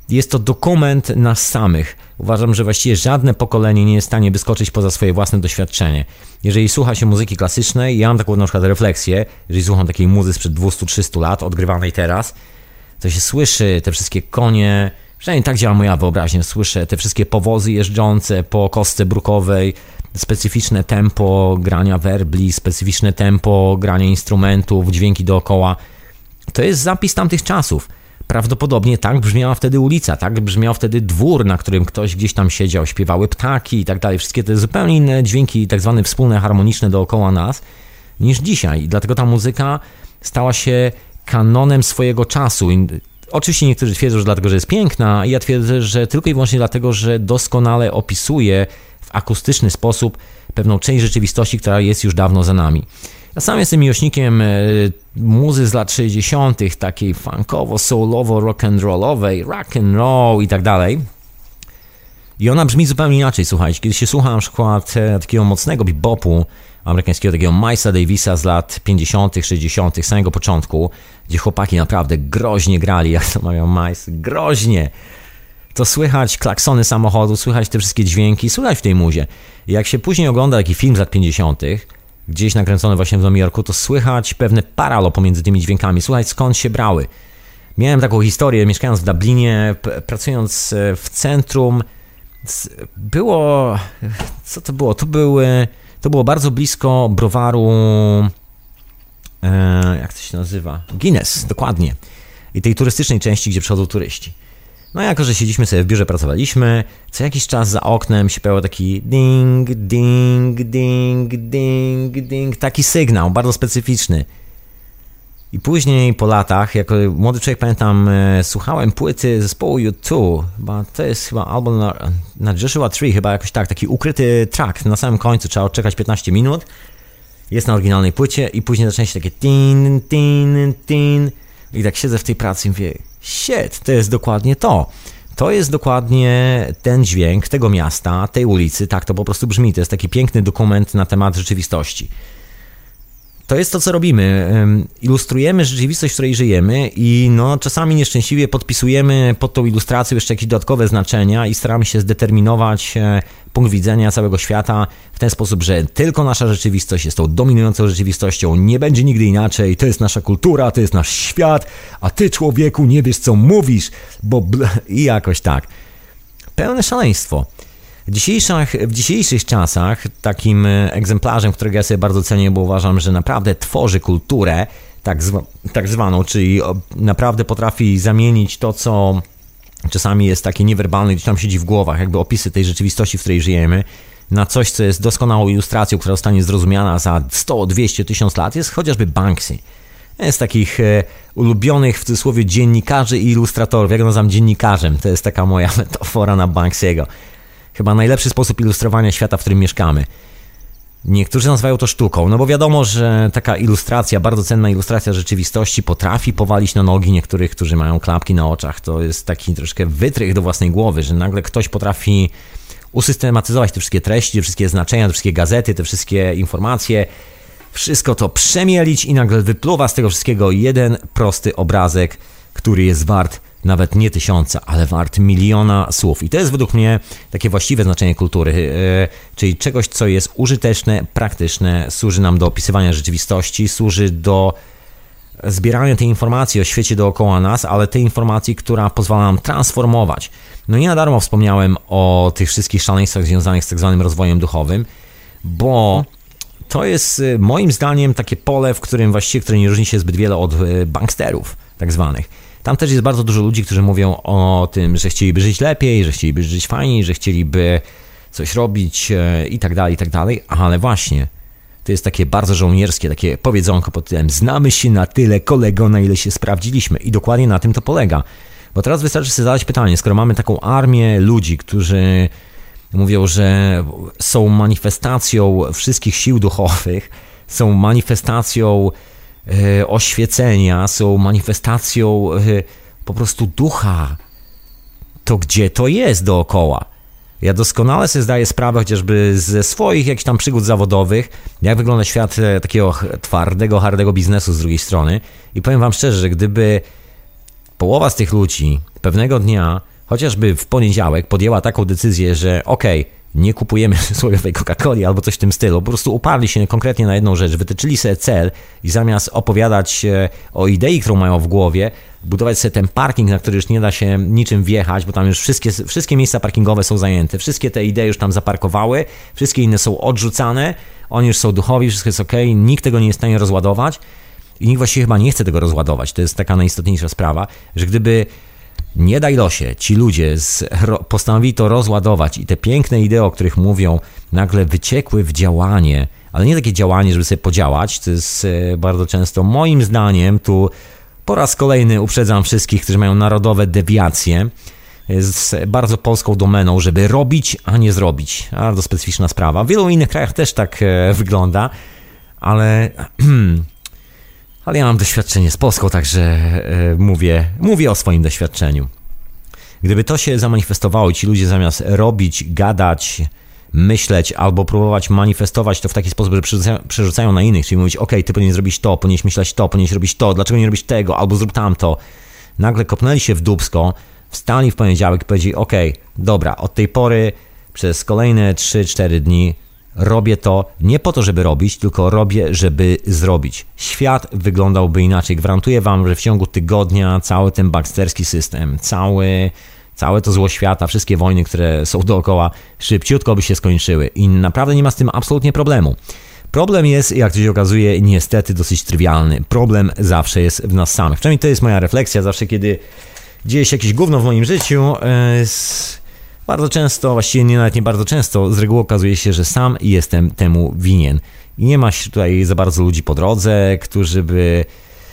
Jest to dokument nas samych. Uważam, że właściwie żadne pokolenie nie jest w stanie wyskoczyć poza swoje własne doświadczenie. Jeżeli słucha się muzyki klasycznej, ja mam taką na przykład refleksję, jeżeli słucham takiej muzy sprzed dwieście trzysta lat, odgrywanej teraz, to się słyszy te wszystkie konie, przynajmniej tak działa moja wyobraźnia, słyszę te wszystkie powozy jeżdżące po kostce brukowej, specyficzne tempo grania werbli, specyficzne tempo grania instrumentów, dźwięki dookoła. To jest zapis tamtych czasów. Prawdopodobnie tak brzmiała wtedy ulica, tak brzmiał wtedy dwór, na którym ktoś gdzieś tam siedział, śpiewały ptaki i tak dalej. Wszystkie te zupełnie inne dźwięki, tak zwane wspólne, harmoniczne dookoła nas niż dzisiaj. I dlatego ta muzyka stała się kanonem swojego czasu. I oczywiście niektórzy twierdzą, że dlatego, że jest piękna, ja twierdzę, że tylko i wyłącznie dlatego, że doskonale opisuje w akustyczny sposób pewną część rzeczywistości, która jest już dawno za nami. Ja sam jestem miłośnikiem muzy z lat sześćdziesiątych, takiej funkowo, soulowo, rock'n'rollowej, rock'n'roll i tak dalej. I ona brzmi zupełnie inaczej, słuchajcie. Kiedy się słucha na przykład takiego mocnego bebopu amerykańskiego, takiego Milesa Davisa z lat pięćdziesiątych, sześćdziesiątych, samego początku, gdzie chłopaki naprawdę groźnie grali, jak to mawiał Miles, groźnie. To słychać klaksony samochodu, słychać te wszystkie dźwięki, słychać w tej muzie. I jak się później ogląda taki film z lat pięćdziesiątych, gdzieś nakręcony właśnie w Nowym Jorku, to słychać pewne paralo pomiędzy tymi dźwiękami, słychać skąd się brały. Miałem taką historię, mieszkając w Dublinie, pracując w centrum, było, co to było? To, były, to było bardzo blisko browaru, e, jak to się nazywa? Guinness, dokładnie. I tej turystycznej części, gdzie przychodzą turyści. No jako, że siedzieliśmy sobie w biurze, pracowaliśmy, co jakiś czas za oknem się pojawiał taki ding, ding, ding, ding, ding, taki sygnał, bardzo specyficzny. I później po latach, jako młody człowiek pamiętam, e, słuchałem płyty zespołu U dwa, chyba to jest chyba album na, na Joshua Tree, chyba jakoś tak, taki ukryty track na samym końcu, trzeba odczekać piętnaście minut, jest na oryginalnej płycie i później zaczyna się takie tin, tin, tin i tak siedzę w tej pracy i mówię, shit, to jest dokładnie to. To jest dokładnie ten dźwięk tego miasta, tej ulicy, tak to po prostu brzmi, to jest taki piękny dokument na temat rzeczywistości. To jest to, co robimy. Ilustrujemy rzeczywistość, w której żyjemy i no, czasami nieszczęśliwie podpisujemy pod tą ilustracją jeszcze jakieś dodatkowe znaczenia i staramy się zdeterminować punkt widzenia całego świata w ten sposób, że tylko nasza rzeczywistość jest tą dominującą rzeczywistością, nie będzie nigdy inaczej, to jest nasza kultura, to jest nasz świat, a ty, człowieku, nie wiesz, co mówisz, bo bl... i jakoś tak. Pełne szaleństwo. W dzisiejszych, w dzisiejszych czasach takim egzemplarzem, którego ja sobie bardzo cenię, bo uważam, że naprawdę tworzy kulturę tak, zwa, tak zwaną, czyli naprawdę potrafi zamienić to, co czasami jest takie niewerbalne, gdzieś tam siedzi w głowach, jakby opisy tej rzeczywistości, w której żyjemy, na coś, co jest doskonałą ilustracją, która zostanie zrozumiana za sto, dwieście, tysiąc lat, jest chociażby Banksy. Z takich e, ulubionych w cudzysłowie dziennikarzy i ilustratorów. Ja go nazywam dziennikarzem, to jest taka moja metafora na Banksiego. Chyba najlepszy sposób ilustrowania świata, w którym mieszkamy. Niektórzy nazywają to sztuką, no bo wiadomo, że taka ilustracja, bardzo cenna ilustracja rzeczywistości potrafi powalić na nogi niektórych, którzy mają klapki na oczach. To jest taki troszkę wytrych do własnej głowy, że nagle ktoś potrafi usystematyzować te wszystkie treści, te wszystkie znaczenia, te wszystkie gazety, te wszystkie informacje, wszystko to przemielić i nagle wypluwa z tego wszystkiego jeden prosty obrazek, który jest wart nawet nie tysiąca, ale wart miliona słów. I to jest według mnie takie właściwe znaczenie kultury, yy, czyli czegoś, co jest użyteczne, praktyczne, służy nam do opisywania rzeczywistości, służy do zbierania tej informacji o świecie dookoła nas, ale tej informacji, która pozwala nam transformować. No nie na darmo wspomniałem o tych wszystkich szaleństwach związanych z tak zwanym rozwojem duchowym, bo to jest moim zdaniem takie pole, w którym właściwie, które nie różni się zbyt wiele od banksterów tak zwanych. Tam też jest bardzo dużo ludzi, którzy mówią o tym, że chcieliby żyć lepiej, że chcieliby żyć fajniej, że chcieliby coś robić i tak dalej, i tak dalej, ale właśnie to jest takie bardzo żołnierskie, takie powiedzonko pod tytułem znamy się na tyle, kolego, na ile się sprawdziliśmy i dokładnie na tym to polega. Bo teraz wystarczy sobie zadać pytanie, skoro mamy taką armię ludzi, którzy mówią, że są manifestacją wszystkich sił duchowych, są manifestacją e, oświecenia, są manifestacją e, po prostu ducha, to gdzie to jest dookoła? Ja doskonale sobie zdaję sprawę chociażby ze swoich jakichś tam przygód zawodowych, jak wygląda świat takiego twardego, hardego biznesu z drugiej strony i powiem wam szczerze, że gdyby połowa z tych ludzi pewnego dnia chociażby w poniedziałek podjęła taką decyzję, że okej, okay, nie kupujemy słoiowej Coca-Coli albo coś w tym stylu, po prostu uparli się konkretnie na jedną rzecz, wytyczyli sobie cel i zamiast opowiadać o idei, którą mają w głowie, budować sobie ten parking, na który już nie da się niczym wjechać, bo tam już wszystkie, wszystkie miejsca parkingowe są zajęte, wszystkie te idee już tam zaparkowały, wszystkie inne są odrzucane, oni już są duchowi, wszystko jest okej, okay, nikt tego nie jest w stanie rozładować i nikt właściwie chyba nie chce tego rozładować. To jest taka najistotniejsza sprawa, że gdyby nie daj losie, ci ludzie z, postanowili to rozładować i te piękne idee, o których mówią, nagle wyciekły w działanie, ale nie takie działanie, żeby sobie podziałać, to jest bardzo często, moim zdaniem, tu po raz kolejny uprzedzam wszystkich, którzy mają narodowe dewiacje, jest bardzo polską domeną, żeby robić, a nie zrobić. Bardzo specyficzna sprawa. W wielu innych krajach też tak wygląda, ale... Ale ja mam doświadczenie z Polską, także e, mówię, mówię o swoim doświadczeniu. Gdyby to się zamanifestowało i ci ludzie zamiast robić, gadać, myśleć albo próbować manifestować to w taki sposób, że przerzucają, przerzucają na innych, czyli mówić, ok, ty powinieneś zrobić to, powinieneś myśleć to, powinieneś robić to, dlaczego nie robić tego, albo zrób tamto. Nagle kopnęli się w dupsko, wstali w poniedziałek i powiedzieli, ok, dobra, od tej pory przez kolejne trzy cztery dni robię to nie po to, żeby robić, tylko robię, żeby zrobić. Świat wyglądałby inaczej. Gwarantuję wam, że w ciągu tygodnia cały ten baksterski system, cały, całe to zło świata, wszystkie wojny, które są dookoła, szybciutko by się skończyły. I naprawdę nie ma z tym absolutnie problemu. Problem jest, jak to się okazuje, niestety dosyć trywialny. Problem zawsze jest w nas samych. Przynajmniej to jest moja refleksja. Zawsze, kiedy dzieje się jakieś gówno w moim życiu, yy, bardzo często, właściwie nie, nawet nie bardzo często, z reguły okazuje się, że sam jestem temu winien. I nie ma tutaj za bardzo ludzi po drodze, którzy by,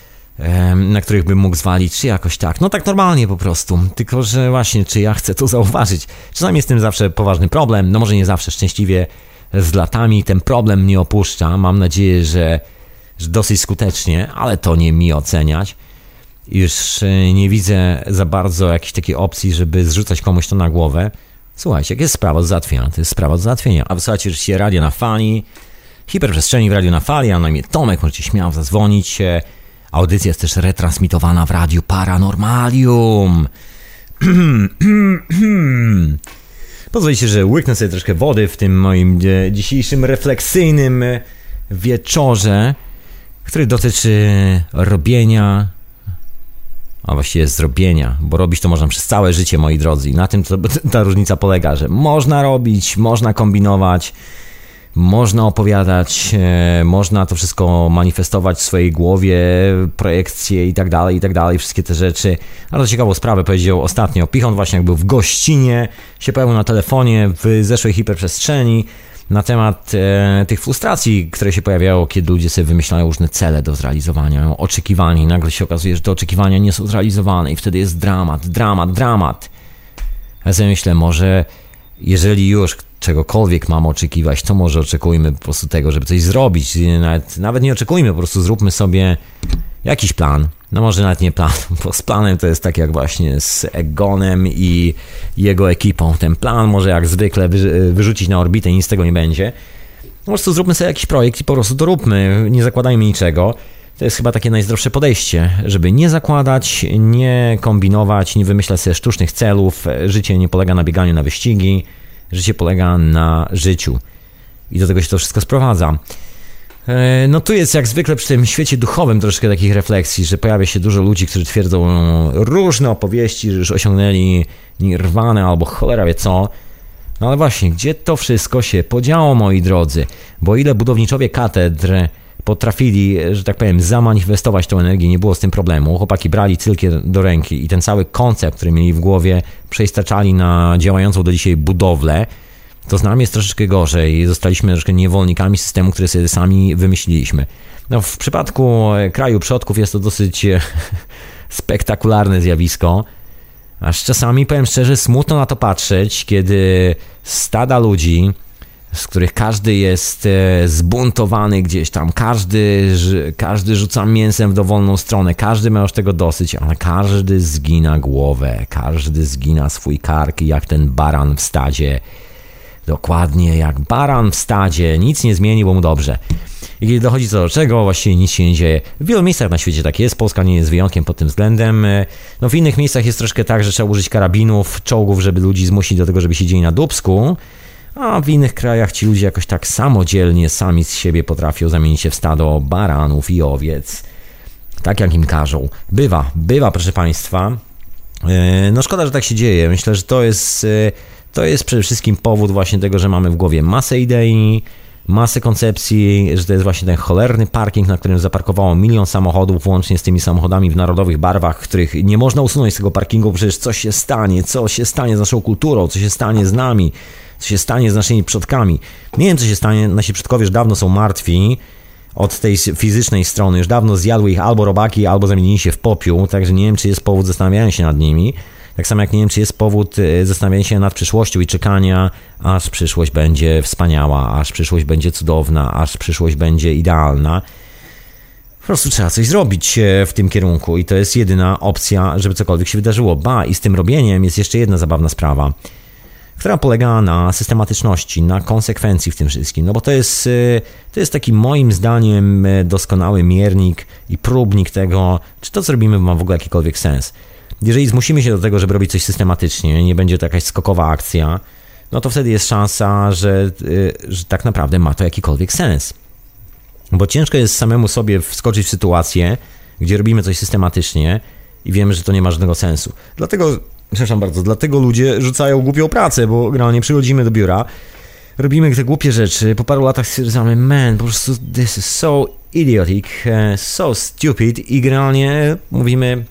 na których bym mógł zwalić, czy jakoś tak. No tak normalnie po prostu. Tylko, że właśnie, czy ja chcę to zauważyć. Czasami jest z tym zawsze poważny problem. No może nie zawsze, szczęśliwie z latami ten problem mnie opuszcza. Mam nadzieję, że, że dosyć skutecznie, ale to nie mi oceniać. Już nie widzę za bardzo jakiejś takiej opcji, żeby zrzucać komuś to na głowę. Słuchajcie, jak jest sprawa do załatwienia, to jest sprawa do załatwienia. A wysłuchajcie oczywiście Radio na Fali, hiperprzestrzeni w Radio na Fali, a na imię Tomek, możecie śmiało zadzwonić. Audycja jest też retransmitowana w Radiu Paranormalium. Pozwólcie, że łyknę sobie troszkę wody w tym moim dzisiejszym refleksyjnym wieczorze, który dotyczy robienia, a właściwie zrobienia, bo robić to można przez całe życie, moi drodzy. I na tym to, ta różnica polega, że można robić, można kombinować, można opowiadać, e, można to wszystko manifestować w swojej głowie, projekcje i tak dalej, i tak dalej, wszystkie te rzeczy. Ale to ciekawą sprawę powiedział ostatnio Pichon, właśnie jak był w gościnie, się pojawił na telefonie w zeszłej hiperprzestrzeni, na temat e, tych frustracji, które się pojawiają, kiedy ludzie sobie wymyślają różne cele do zrealizowania, oczekiwania i nagle się okazuje, że te oczekiwania nie są zrealizowane i wtedy jest dramat, dramat, dramat. Ja sobie myślę, może jeżeli już czegokolwiek mamy oczekiwać, to może oczekujmy po prostu tego, żeby coś zrobić. Nawet, nawet nie oczekujmy, po prostu zróbmy sobie jakiś plan. No może nawet nie plan, bo z planem to jest tak jak właśnie z Egonem i jego ekipą. Ten plan może jak zwykle wyrzucić na orbitę i nic z tego nie będzie. Po prostu zróbmy sobie jakiś projekt i po prostu to róbmy. Nie zakładajmy niczego. To jest chyba takie najzdrowsze podejście, żeby nie zakładać, nie kombinować, nie wymyślać sobie sztucznych celów. Życie nie polega na bieganiu na wyścigi. Życie polega na życiu. I do tego się to wszystko sprowadza. No tu jest jak zwykle przy tym świecie duchowym troszkę takich refleksji, że pojawia się dużo ludzi, którzy twierdzą różne opowieści, że już osiągnęli nirwanę albo cholera wie co. No ale właśnie, gdzie to wszystko się podziało, moi drodzy? Bo ile budowniczowie katedr potrafili, że tak powiem, zamanifestować tą energię, nie było z tym problemu. Chłopaki brali cylkier do ręki i ten cały koncept, który mieli w głowie, przeistaczali na działającą do dzisiaj budowlę. To z nami jest troszeczkę gorzej. Zostaliśmy troszkę niewolnikami systemu, który sobie sami wymyśliliśmy. No, w przypadku kraju przodków jest to dosyć spektakularne zjawisko. Aż czasami, powiem szczerze, smutno na to patrzeć, kiedy stada ludzi, z których każdy jest zbuntowany gdzieś tam, każdy, każdy rzuca mięsem w dowolną stronę, każdy ma już tego dosyć, ale każdy zgina głowę, każdy zgina swój kark jak ten baran w stadzie. Dokładnie jak baran w stadzie, nic nie zmieni, bo mu dobrze. I kiedy dochodzi co do czego, właściwie nic się nie dzieje. W wielu miejscach na świecie tak jest, Polska nie jest wyjątkiem pod tym względem. No w innych miejscach jest troszkę tak, że trzeba użyć karabinów, czołgów, żeby ludzi zmusić do tego, żeby siedzieli na dupsku, a w innych krajach ci ludzie jakoś tak samodzielnie, sami z siebie potrafią zamienić się w stado baranów i owiec. Tak jak im każą. Bywa, bywa proszę Państwa. No szkoda, że tak się dzieje. Myślę, że to jest, to jest przede wszystkim powód właśnie tego, że mamy w głowie masę idei, masę koncepcji, że to jest właśnie ten cholerny parking, na którym zaparkowało milion samochodów, łącznie z tymi samochodami w narodowych barwach, których nie można usunąć z tego parkingu, przecież coś się stanie, co się stanie z naszą kulturą, co się stanie z nami, co się stanie z naszymi przodkami. Nie wiem, co się stanie, nasi przodkowie już dawno są martwi od tej fizycznej strony, już dawno zjadły ich albo robaki, albo zamienili się w popiół, także nie wiem, czy jest powód zastanawiania się nad nimi. Tak samo jak nie wiem, czy jest powód zastanawiania się nad przyszłością i czekania, aż przyszłość będzie wspaniała, aż przyszłość będzie cudowna, aż przyszłość będzie idealna. Po prostu trzeba coś zrobić w tym kierunku i to jest jedyna opcja, żeby cokolwiek się wydarzyło. Ba, i z tym robieniem jest jeszcze jedna zabawna sprawa, która polega na systematyczności, na konsekwencji w tym wszystkim. No bo to jest, to jest taki moim zdaniem doskonały miernik i próbnik tego, czy to, co robimy, ma w ogóle jakikolwiek sens. Jeżeli zmusimy się do tego, żeby robić coś systematycznie, nie będzie to jakaś skokowa akcja, no to wtedy jest szansa, że, że tak naprawdę ma to jakikolwiek sens. Bo ciężko jest samemu sobie wskoczyć w sytuację, gdzie robimy coś systematycznie i wiemy, że to nie ma żadnego sensu. Dlatego, przepraszam bardzo, dlatego ludzie rzucają głupią pracę, bo generalnie przychodzimy do biura, robimy te głupie rzeczy, po paru latach stwierdzamy, man, po prostu this is so idiotic, so stupid i generalnie mówimy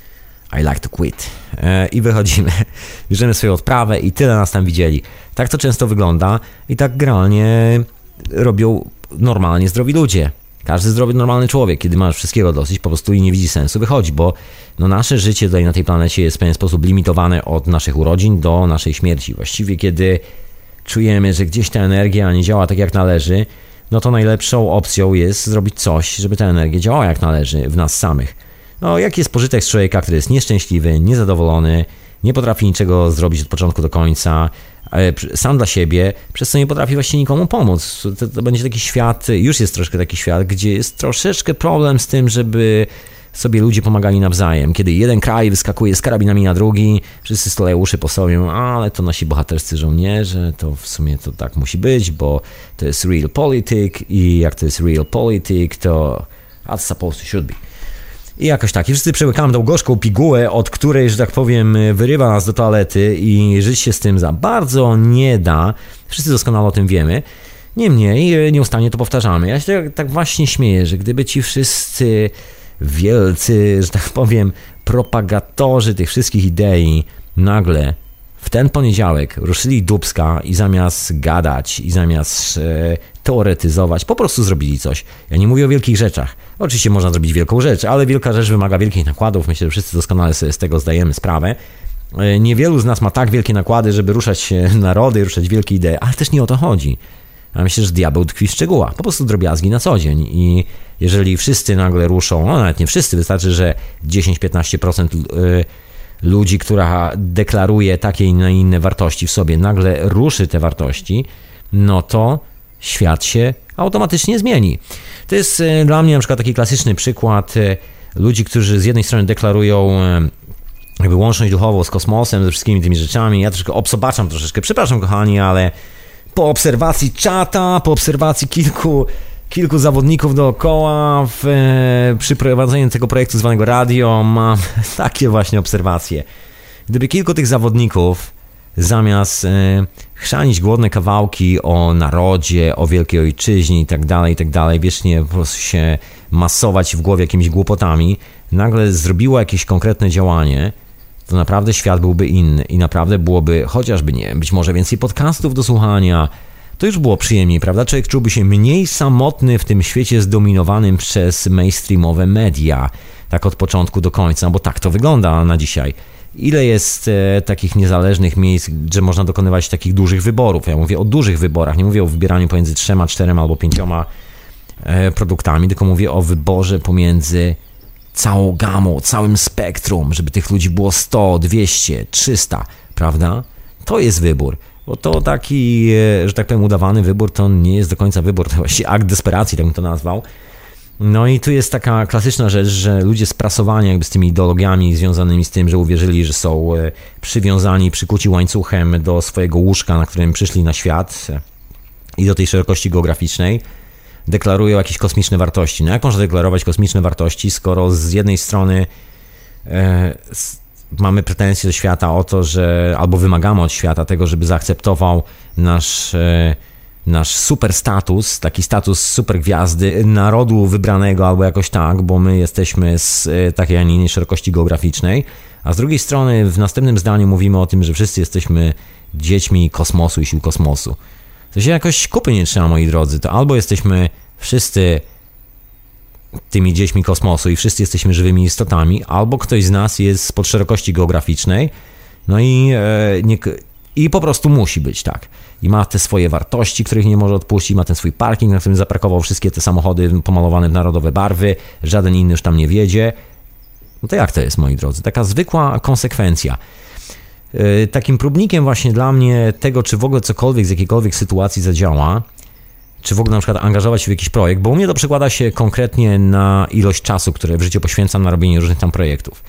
I like to quit. I wychodzimy. Bierzemy swoją odprawę i tyle nas tam widzieli. Tak to często wygląda i tak generalnie robią normalnie zdrowi ludzie. Każdy zdrowy, normalny człowiek, kiedy masz wszystkiego dosyć po prostu i nie widzi sensu, wychodzi, bo no nasze życie tutaj na tej planecie jest w pewien sposób limitowane od naszych urodzin do naszej śmierci. Właściwie kiedy czujemy, że gdzieś ta energia nie działa tak jak należy, no to najlepszą opcją jest zrobić coś, żeby ta energia działała jak należy w nas samych. No, jaki jest pożytek z człowieka, który jest nieszczęśliwy, niezadowolony, nie potrafi niczego zrobić od początku do końca, sam dla siebie, przez co nie potrafi właściwie nikomu pomóc. To, to będzie taki świat, już jest troszkę taki świat, gdzie jest troszeczkę problem z tym, żeby sobie ludzie pomagali nawzajem. Kiedy jeden kraj wyskakuje z karabinami na drugi, wszyscy stoleją uszy po sobie, ale to nasi bohaterscy żołnierze, to w sumie to tak musi być, bo to jest real politic i jak to jest real politic, to that's supposed to should be. I jakoś tak. I wszyscy przełykamy tą gorzką pigułę, od której, że tak powiem, wyrywa nas do toalety i żyć się z tym za bardzo nie da. Wszyscy doskonale o tym wiemy. Niemniej nieustannie to powtarzamy. Ja się tak właśnie śmieję, że gdyby ci wszyscy wielcy, że tak powiem, propagatorzy tych wszystkich idei nagle w ten poniedziałek ruszyli dupska i zamiast gadać i zamiast e, teoretyzować, po prostu zrobili coś. Ja nie mówię o wielkich rzeczach. Oczywiście można zrobić wielką rzecz, ale wielka rzecz wymaga wielkich nakładów. Myślę, że wszyscy doskonale sobie z tego zdajemy sprawę. E, niewielu z nas ma tak wielkie nakłady, żeby ruszać narody, ruszać wielkie idee, ale też nie o to chodzi. Ja myślę, że diabeł tkwi w szczegółach. Po prostu drobiazgi na co dzień. I jeżeli wszyscy nagle ruszą, no nawet nie wszyscy, wystarczy, że dziesięć do piętnastu procent yy, ludzi, która deklaruje takie i inne wartości w sobie, nagle ruszy te wartości, no to świat się automatycznie zmieni. To jest yy, dla mnie na przykład taki klasyczny przykład yy, ludzi, którzy z jednej strony deklarują yy, jakby łączność duchową z kosmosem, ze wszystkimi tymi rzeczami. Ja troszkę obsobaczam troszeczkę, przepraszam kochani, ale po obserwacji czata, po obserwacji kilku, kilku zawodników dookoła w, e, przy prowadzeniu tego projektu zwanego radio mam takie właśnie obserwacje. Gdyby kilku tych zawodników zamiast e, chrzanić głodne kawałki o narodzie, o wielkiej ojczyźnie i tak dalej, i tak dalej, wiecznie po prostu się masować w głowie jakimiś głupotami, nagle zrobiło jakieś konkretne działanie, to naprawdę świat byłby inny i naprawdę byłoby chociażby, nie wiem, być może więcej podcastów do słuchania, to już było przyjemniej, prawda? Człowiek czułby się mniej samotny w tym świecie zdominowanym przez mainstreamowe media, tak od początku do końca, bo tak to wygląda na dzisiaj. Ile jest e, takich niezależnych miejsc, gdzie można dokonywać takich dużych wyborów? Ja mówię o dużych wyborach, nie mówię o wybieraniu pomiędzy trzema, czterema albo pięcioma e, produktami, tylko mówię o wyborze pomiędzy całą gamą, całym spektrum, żeby tych ludzi było sto, dwieście, trzysta, prawda? To jest wybór. bo to taki, że tak powiem, udawany wybór to nie jest do końca wybór, to właściwie akt desperacji, tak bym to nazwał. No i tu jest taka klasyczna rzecz, że ludzie sprasowani jakby z tymi ideologiami związanymi z tym, że uwierzyli, że są przywiązani, przykuci łańcuchem do swojego łóżka, na którym przyszli na świat i do tej szerokości geograficznej, deklarują jakieś kosmiczne wartości. No jak można deklarować kosmiczne wartości, skoro z jednej strony e, mamy pretensje do świata o to, że albo wymagamy od świata tego, żeby zaakceptował nasz, e, nasz super status, taki status super gwiazdy, narodu wybranego albo jakoś tak, bo my jesteśmy z e, takiej, a nie innej szerokości geograficznej, a z drugiej strony w następnym zdaniu mówimy o tym, że wszyscy jesteśmy dziećmi kosmosu i sił kosmosu. To się jakoś kupy nie trzyma, moi drodzy. To albo jesteśmy wszyscy tymi dziećmi kosmosu i wszyscy jesteśmy żywymi istotami, albo ktoś z nas jest spod szerokości geograficznej, no i, e, nie, i po prostu musi być tak. I ma te swoje wartości, których nie może odpuścić, ma ten swój parking, na którym zaparkował wszystkie te samochody pomalowane w narodowe barwy, żaden inny już tam nie wiedzie. No to jak to jest, moi drodzy? Taka zwykła konsekwencja. Takim próbnikiem właśnie dla mnie tego, czy w ogóle cokolwiek z jakiejkolwiek sytuacji zadziała, czy w ogóle na przykład angażować się w jakiś projekt, bo u mnie to przekłada się konkretnie na ilość czasu, które w życiu poświęcam na robienie różnych tam projektów.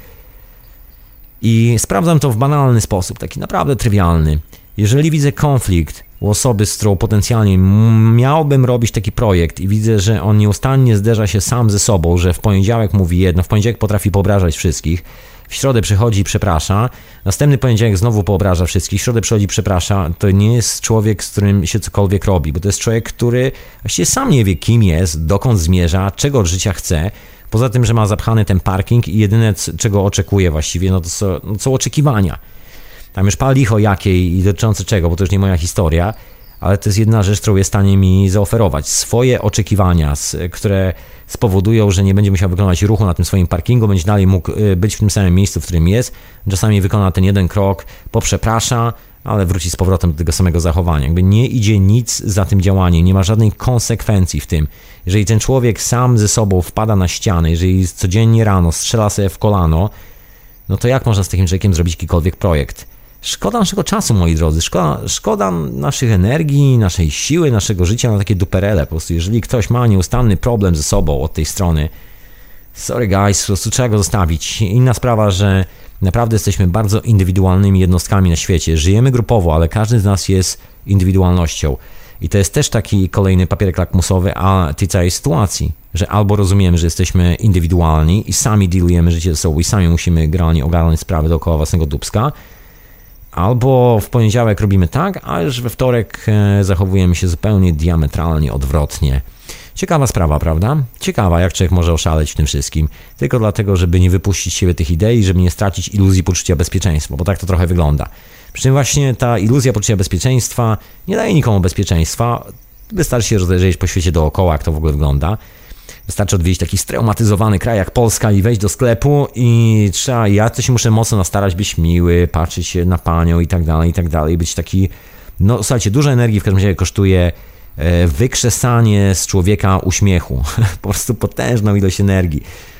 I sprawdzam to w banalny sposób, taki naprawdę trywialny. Jeżeli widzę konflikt u osoby, z którą potencjalnie miałbym robić taki projekt i widzę, że on nieustannie zderza się sam ze sobą, że w poniedziałek mówi jedno, w poniedziałek potrafi poobrażać wszystkich, w środę przychodzi i przeprasza, następny poniedziałek znowu poobraża wszystkich, w środę przychodzi i przeprasza, to nie jest człowiek, z którym się cokolwiek robi, bo to jest człowiek, który właściwie sam nie wie, kim jest, dokąd zmierza, czego od życia chce, poza tym, że ma zapchany ten parking i jedyne, czego oczekuje właściwie, no to są, no są oczekiwania. Tam już pal licho jakiej i dotyczące czego, bo to już nie moja historia, ale to jest jedna rzecz, którą jest w stanie mi zaoferować. Swoje oczekiwania, które spowodują, że nie będzie musiał wykonywać ruchu na tym swoim parkingu, będzie dalej mógł być w tym samym miejscu, w którym jest. Czasami wykona ten jeden krok, poprzeprasza, ale wróci z powrotem do tego samego zachowania. Jakby nie idzie nic za tym działaniem, nie ma żadnej konsekwencji w tym. Jeżeli ten człowiek sam ze sobą wpada na ścianę, jeżeli codziennie rano strzela sobie w kolano, no to jak można z takim człowiekiem zrobić jakikolwiek projekt? Szkoda naszego czasu, moi drodzy, szkoda, szkoda naszych energii, naszej siły, naszego życia na takie duperele. Po prostu jeżeli ktoś ma nieustanny problem ze sobą od tej strony, sorry guys, po prostu trzeba go zostawić. Inna sprawa, że naprawdę jesteśmy bardzo indywidualnymi jednostkami na świecie. Żyjemy grupowo, ale każdy z nas jest indywidualnością. I to jest też taki kolejny papierek lakmusowy a tej całej sytuacji, że albo rozumiemy, że jesteśmy indywidualni i sami dealujemy życie ze sobą i sami musimy generalnie ogarnąć sprawy dookoła własnego dupska, albo w poniedziałek robimy tak, a już we wtorek zachowujemy się zupełnie diametralnie odwrotnie. Ciekawa sprawa, prawda? Ciekawa, jak człowiek może oszaleć w tym wszystkim. Tylko dlatego, żeby nie wypuścić z siebie tych idei, żeby nie stracić iluzji poczucia bezpieczeństwa, bo tak to trochę wygląda. Przy czym właśnie ta iluzja poczucia bezpieczeństwa nie daje nikomu bezpieczeństwa. Wystarczy się rozejrzeć po świecie dookoła, jak to w ogóle wygląda. Wystarczy odwiedzić taki straumatyzowany kraj jak Polska i wejść do sklepu i trzeba, ja to się muszę mocno nastarać, być miły, patrzeć się na panią i tak dalej, i tak dalej, być taki, no słuchajcie, dużo energii w każdym razie kosztuje wykrzesanie z człowieka uśmiechu, po prostu potężną ilość energii.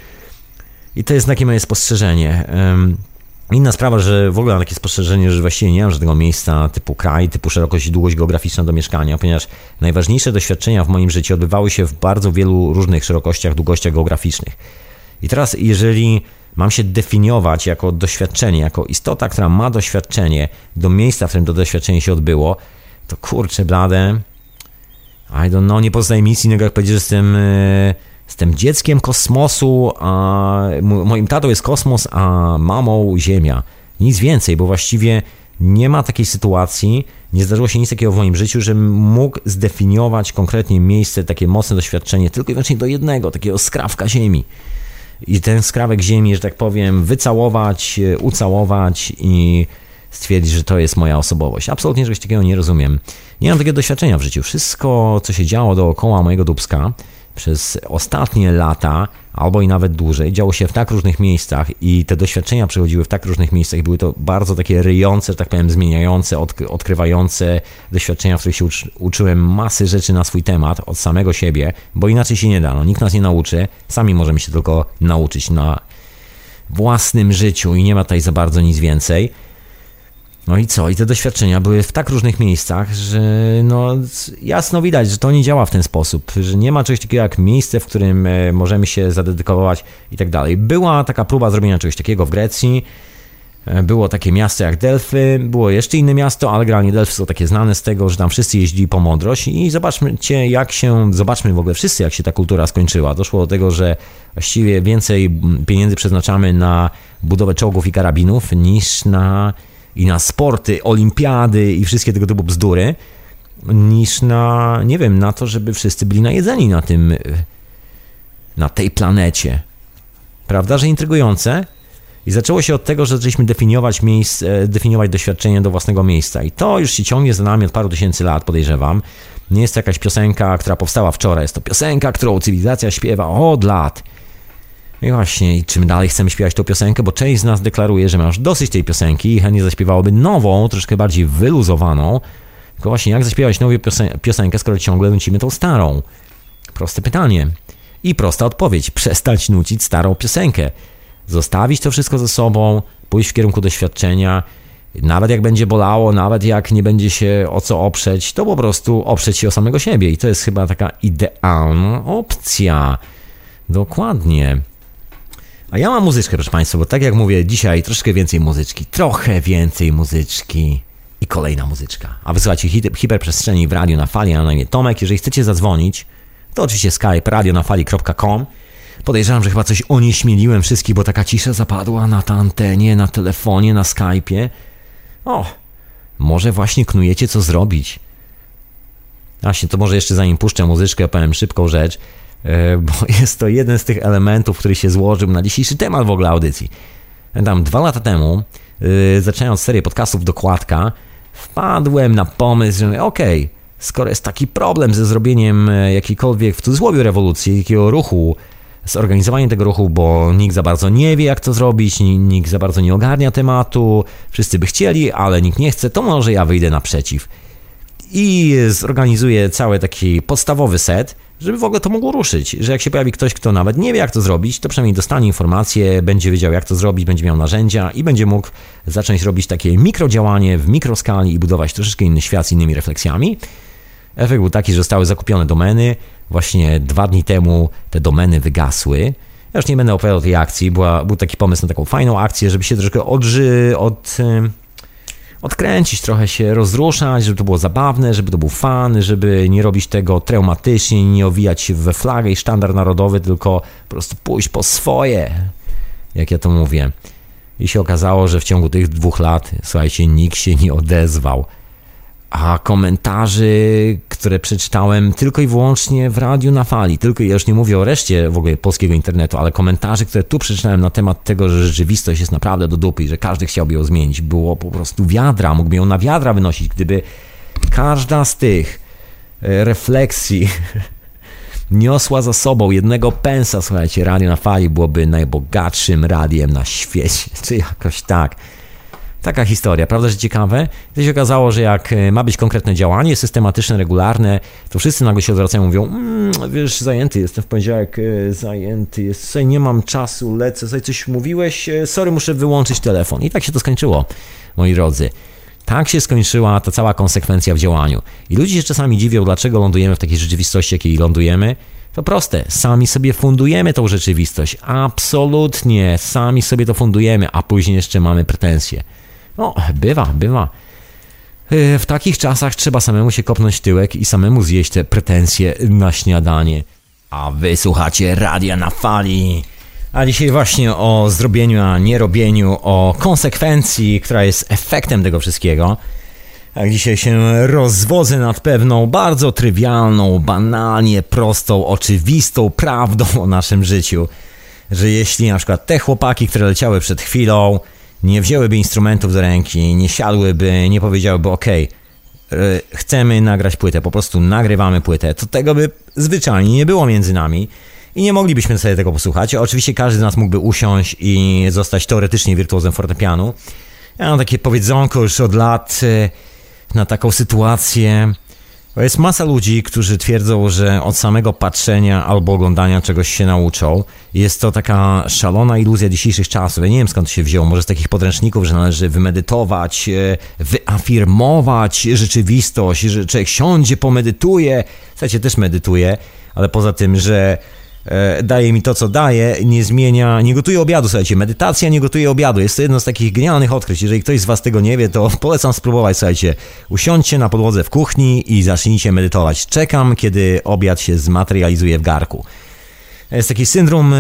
I to jest takie moje spostrzeżenie. Inna sprawa, że w ogóle mam takie spostrzeżenie, że właściwie nie mam żadnego miejsca typu kraj, typu szerokość i długość geograficzna do mieszkania, ponieważ najważniejsze doświadczenia w moim życiu odbywały się w bardzo wielu różnych szerokościach, długościach geograficznych. I teraz, jeżeli mam się definiować jako doświadczenie, jako istota, która ma doświadczenie do miejsca, w którym to doświadczenie się odbyło, to kurczę blade, I don't know, nie pozostaje nic innego, jak powiedzieć, że jestem... Yy, Jestem dzieckiem kosmosu, a moim tatą jest kosmos, a mamą Ziemia. Nic więcej, bo właściwie nie ma takiej sytuacji, nie zdarzyło się nic takiego w moim życiu, żebym mógł zdefiniować konkretnie miejsce, takie mocne doświadczenie, tylko i wyłącznie do jednego, takiego skrawka Ziemi. I ten skrawek Ziemi, że tak powiem, wycałować, ucałować i stwierdzić, że to jest moja osobowość. Absolutnie czegoś takiego nie rozumiem. Nie mam takiego doświadczenia w życiu. Wszystko, co się działo dookoła mojego dupska, przez ostatnie lata, albo i nawet dłużej, działo się w tak różnych miejscach i te doświadczenia przechodziły w tak różnych miejscach i były to bardzo takie ryjące, że tak powiem, zmieniające, odkrywające doświadczenia, w których się uczy, uczyłem masy rzeczy na swój temat od samego siebie, bo inaczej się nie da, no, nikt nas nie nauczy, sami możemy się tylko nauczyć na własnym życiu i nie ma tutaj za bardzo nic więcej. No i co? I te doświadczenia były w tak różnych miejscach, że no jasno widać, że to nie działa w ten sposób, że nie ma czegoś takiego jak miejsce, w którym możemy się zadedykować i tak dalej. Była taka próba zrobienia czegoś takiego w Grecji, było takie miasto jak Delfy, było jeszcze inne miasto, ale generalnie Delfy są takie znane z tego, że tam wszyscy jeździli po mądrość i zobaczmy jak się, zobaczmy w ogóle wszyscy, jak się ta kultura skończyła. Doszło do tego, że właściwie więcej pieniędzy przeznaczamy na budowę czołgów i karabinów niż na i na sporty, olimpiady i wszystkie tego typu bzdury, niż na, nie wiem, na to, żeby wszyscy byli najedzeni na tym, na tej planecie. Prawda, że intrygujące? I zaczęło się od tego, że zaczęliśmy definiować miejsce, definiować doświadczenie do własnego miejsca. I to już się ciągnie za nami od paru tysięcy lat, podejrzewam. Nie jest to jakaś piosenka, która powstała wczoraj. Jest to piosenka, którą cywilizacja śpiewa od lat. I właśnie, czy my dalej chcemy śpiewać tą piosenkę, bo część z nas deklaruje, że ma już dosyć tej piosenki i chętnie zaśpiewałoby nową, troszkę bardziej wyluzowaną. Tylko właśnie, jak zaśpiewać nową piosen- piosenkę, skoro ciągle nucimy tą starą? Proste pytanie. I prosta odpowiedź. Przestać nucić starą piosenkę. Zostawić to wszystko ze sobą, pójść w kierunku doświadczenia. Nawet jak będzie bolało, nawet jak nie będzie się o co oprzeć, to po prostu oprzeć się o samego siebie. I to jest chyba taka idealna opcja. Dokładnie. A ja mam muzyczkę, proszę Państwa, bo tak jak mówię, dzisiaj troszkę więcej muzyczki, trochę więcej muzyczki i kolejna muzyczka. A wysłuchacie hiperprzestrzeni w radiu na fali, a na imię Tomek. Jeżeli chcecie zadzwonić, to oczywiście Skype radio na fali kropka com. Podejrzewam, że chyba coś onieśmieliłem wszystkich, bo taka cisza zapadła na ta antenie, na telefonie, na Skype'ie. O, może właśnie knujecie co zrobić. Właśnie, to może jeszcze zanim puszczę muzyczkę, powiem szybką rzecz, bo jest to jeden z tych elementów, który się złożył na dzisiejszy temat w ogóle audycji. Tam dwa lata temu, yy, zaczynając serię podcastów Dokładka, wpadłem na pomysł, że okej, okay, skoro jest taki problem ze zrobieniem jakiejkolwiek w cudzysłowie rewolucji, jakiego ruchu, zorganizowaniem tego ruchu, bo nikt za bardzo nie wie, jak to zrobić, nikt za bardzo nie ogarnia tematu, wszyscy by chcieli, ale nikt nie chce, to może ja wyjdę naprzeciw. I zorganizuję cały taki podstawowy set, żeby w ogóle to mogło ruszyć, że jak się pojawi ktoś, kto nawet nie wie, jak to zrobić, to przynajmniej dostanie informacje, będzie wiedział, jak to zrobić, będzie miał narzędzia i będzie mógł zacząć robić takie mikrodziałanie w mikroskali i budować troszeczkę inny świat z innymi refleksjami. Efekt był taki, że zostały zakupione domeny. Właśnie dwa dni temu te domeny wygasły. Ja już nie będę opowiadał tej akcji. Była, był taki pomysł na taką fajną akcję, żeby się troszkę odży, od, odkręcić, trochę się rozruszać, żeby to było zabawne, żeby to był fan, żeby nie robić tego traumatycznie, nie owijać się we flagę i sztandar narodowy, tylko po prostu pójść po swoje, jak ja to mówię. I się okazało, że w ciągu tych dwóch lat, słuchajcie, nikt się nie odezwał. A komentarzy, które przeczytałem tylko i wyłącznie w radiu na fali, tylko ja już nie mówię o reszcie w ogóle polskiego internetu, ale komentarzy, które tu przeczytałem na temat tego, że rzeczywistość jest naprawdę do dupy i że każdy chciałby ją zmienić, było po prostu wiadra, mógłby ją na wiadra wynosić, gdyby każda z tych refleksji niosła za sobą jednego pensa, słuchajcie, radio na fali byłoby najbogatszym radiem na świecie, czy jakoś tak. Taka historia, prawda, że ciekawe? To się okazało, że jak ma być konkretne działanie, systematyczne, regularne, to wszyscy nagle się odwracają i mówią, mmm, wiesz, zajęty jestem w poniedziałek, zajęty jest, sobie nie mam czasu, lecę, sobie coś mówiłeś, sorry, muszę wyłączyć telefon. I tak się to skończyło, moi drodzy. Tak się skończyła ta cała konsekwencja w działaniu. I ludzie się czasami dziwią, dlaczego lądujemy w takiej rzeczywistości, jakiej lądujemy. To proste, sami sobie fundujemy tą rzeczywistość, absolutnie, sami sobie to fundujemy, a później jeszcze mamy pretensje. No, bywa, bywa. W takich czasach trzeba samemu się kopnąć w tyłek i samemu zjeść te pretensje na śniadanie. A wy słuchacie Radia na Fali. A dzisiaj właśnie o zrobieniu, a nie robieniu, o konsekwencji, która jest efektem tego wszystkiego. A dzisiaj się rozwodzę nad pewną bardzo trywialną, banalnie prostą, oczywistą prawdą o naszym życiu. Że jeśli na przykład te chłopaki, które leciały przed chwilą, nie wzięłyby instrumentów do ręki, nie siadłyby, nie powiedziałyby okej, okay, chcemy nagrać płytę, po prostu nagrywamy płytę, to tego by zwyczajnie nie było między nami i nie moglibyśmy sobie tego posłuchać. Oczywiście każdy z nas mógłby usiąść i zostać teoretycznie wirtuozem fortepianu. Ja mam takie powiedzonko już od lat na taką sytuację, Jest masa ludzi, którzy twierdzą, że od samego patrzenia albo oglądania czegoś się nauczą. Jest to taka szalona iluzja dzisiejszych czasów. Ja nie wiem, skąd to się wzięło. Może z takich podręczników, że należy wymedytować, wyafirmować rzeczywistość, że człowiek siądzie, pomedytuje. Słuchajcie, też medytuję, ale poza tym, że daje mi to, co daje, nie zmienia, nie gotuje obiadu, słuchajcie, medytacja nie gotuje obiadu, jest to jedno z takich genialnych odkryć. Jeżeli ktoś z was tego nie wie, to polecam spróbować, słuchajcie, usiądźcie na podłodze w kuchni i zacznijcie medytować. Czekam, kiedy obiad się zmaterializuje w garku. Jest taki syndrom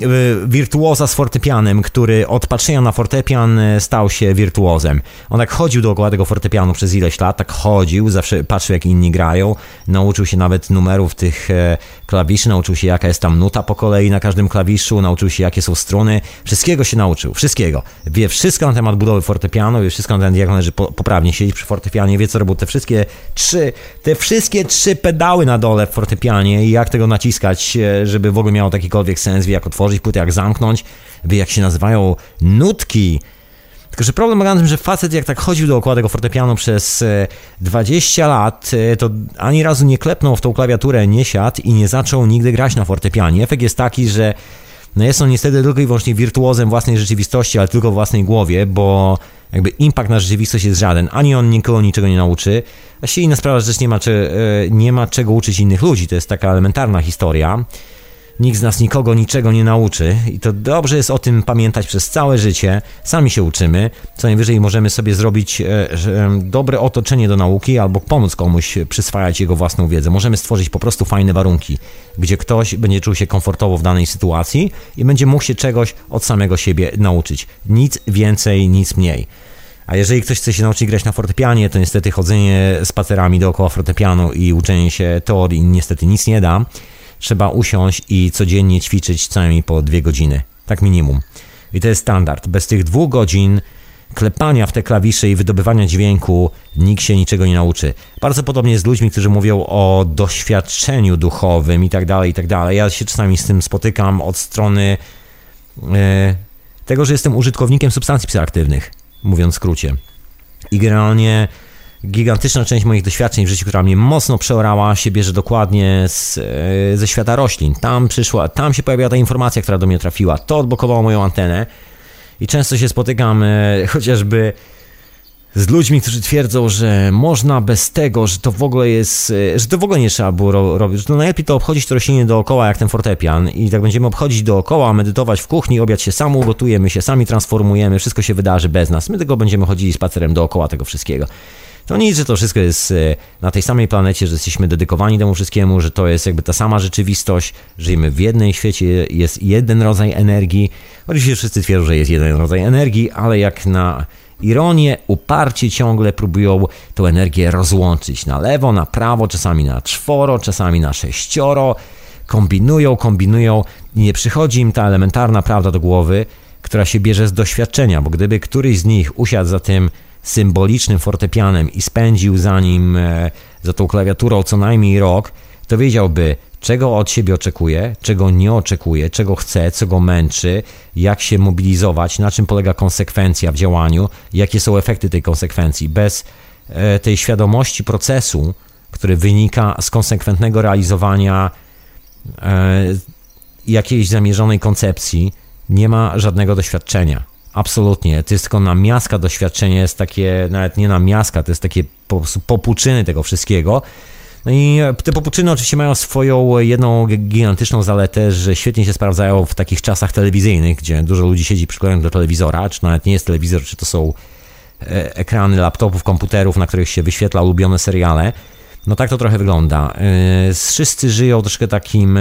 wirtuoza z fortepianem, który od patrzenia na fortepian stał się wirtuozem. On tak chodził dookoła tego fortepianu przez ileś lat, tak chodził, zawsze patrzył, jak inni grają, nauczył się nawet numerów tych klawiszy, nauczył się, jaka jest tam nuta po kolei na każdym klawiszu, nauczył się, jakie są struny, wszystkiego się nauczył, wszystkiego. Wie wszystko na temat budowy fortepianu, wie wszystko na temat, jak należy poprawnie siedzieć przy fortepianie, wie, co robią te wszystkie trzy, te wszystkie trzy pedały na dole w fortepianie i jak tego naciskać, żeby w ogóle miało takikolwiek sens, wie, jak otworzyć płytę, jak zamknąć, wie, jak się nazywają nutki. Tylko że problem polega na tym, że facet, jak tak chodził dookoła tego fortepianu przez dwadzieścia lat, to ani razu nie klepnął w tą klawiaturę, nie siadł i nie zaczął nigdy grać na fortepianie. Efekt jest taki, że no jest on niestety tylko i wyłącznie wirtuozem własnej rzeczywistości, ale tylko w własnej głowie, bo jakby impact na rzeczywistość jest żaden. Ani on nikogo niczego nie nauczy. Właściwie inna sprawa, że też nie ma, czy, nie ma czego uczyć innych ludzi. To jest taka elementarna historia. Nikt z nas nikogo niczego nie nauczy i to dobrze jest o tym pamiętać przez całe życie. Sami się uczymy. Co najwyżej możemy sobie zrobić dobre otoczenie do nauki albo pomóc komuś przyswajać jego własną wiedzę. Możemy stworzyć po prostu fajne warunki, gdzie ktoś będzie czuł się komfortowo w danej sytuacji i będzie mógł się czegoś od samego siebie nauczyć. Nic więcej, nic mniej. A jeżeli ktoś chce się nauczyć grać na fortepianie, to niestety chodzenie spacerami dookoła fortepianu i uczenie się teorii niestety nic nie da. Trzeba usiąść i codziennie ćwiczyć co najmniej po dwie godziny. Tak minimum. I to jest standard. Bez tych dwóch godzin klepania w te klawisze i wydobywania dźwięku nikt się niczego nie nauczy. Bardzo podobnie jest z ludźmi, którzy mówią o doświadczeniu duchowym i tak dalej, i tak dalej. Ja się czasami z tym spotykam od strony e, tego, że jestem użytkownikiem substancji psychoaktywnych, mówiąc w skrócie. I generalnie gigantyczna część moich doświadczeń w życiu, która mnie mocno przeorała, się bierze dokładnie z, ze świata roślin. Tam przyszła, tam się pojawiła ta informacja, która do mnie trafiła. To odblokowało moją antenę i często się spotykam e, chociażby z ludźmi, którzy twierdzą, że można bez tego, że to w ogóle jest, że to w ogóle nie trzeba było ro- robić, że to najlepiej to obchodzić to rośliny dookoła jak ten fortepian i tak będziemy obchodzić dookoła, medytować w kuchni, obiad się sam ugotuje, my się sami transformujemy, wszystko się wydarzy bez nas, my tylko będziemy chodzili spacerem dookoła tego wszystkiego. To nic, że to wszystko jest na tej samej planecie, że jesteśmy dedykowani temu wszystkiemu, że to jest jakby ta sama rzeczywistość, żyjemy w jednej świecie, jest jeden rodzaj energii. Oczywiście wszyscy twierdzą, że jest jeden rodzaj energii, ale jak na ironię, uparcie ciągle próbują tę energię rozłączyć na lewo, na prawo, czasami na czworo, czasami na sześcioro. Kombinują, kombinują i nie przychodzi im ta elementarna prawda do głowy, która się bierze z doświadczenia, bo gdyby któryś z nich usiadł za tym symbolicznym fortepianem i spędził za nim, za tą klawiaturą co najmniej rok, to wiedziałby, czego od siebie oczekuje, czego nie oczekuje, czego chce, co go męczy, jak się mobilizować, na czym polega konsekwencja w działaniu, jakie są efekty tej konsekwencji. Bez tej świadomości procesu, który wynika z konsekwentnego realizowania jakiejś zamierzonej koncepcji, nie ma żadnego doświadczenia. Absolutnie. To jest tylko namiastka doświadczenia, jest takie, nawet nie namiastka, to jest takie po prostu popłuczyny tego wszystkiego. No i te popłuczyny oczywiście mają swoją jedną gigantyczną zaletę, że świetnie się sprawdzają w takich czasach telewizyjnych, gdzie dużo ludzi siedzi przykładając do telewizora, czy nawet nie jest telewizor, czy to są ekrany laptopów, komputerów, na których się wyświetla ulubione seriale. No tak to trochę wygląda. Wszyscy żyją troszkę takim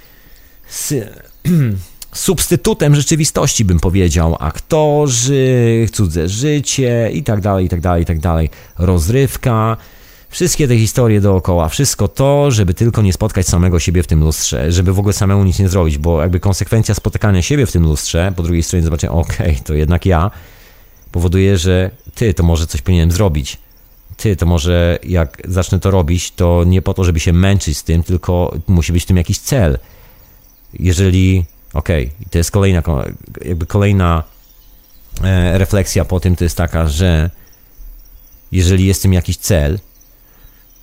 substytutem rzeczywistości, bym powiedział. Aktorzy, cudze życie i tak dalej, i tak dalej, i tak dalej. Rozrywka, wszystkie te historie dookoła, wszystko to, żeby tylko nie spotkać samego siebie w tym lustrze, żeby w ogóle samemu nic nie zrobić, bo jakby konsekwencja spotykania siebie w tym lustrze, po drugiej stronie zobaczenia, okej, okay, to jednak ja, powoduje, że ty, to może coś powinienem zrobić. Ty, to może jak zacznę to robić, to nie po to, żeby się męczyć z tym, tylko musi być w tym jakiś cel. Jeżeli Okej, okay. To jest kolejna, jakby kolejna e, refleksja po tym, to jest taka, że jeżeli jest w tym jakiś cel,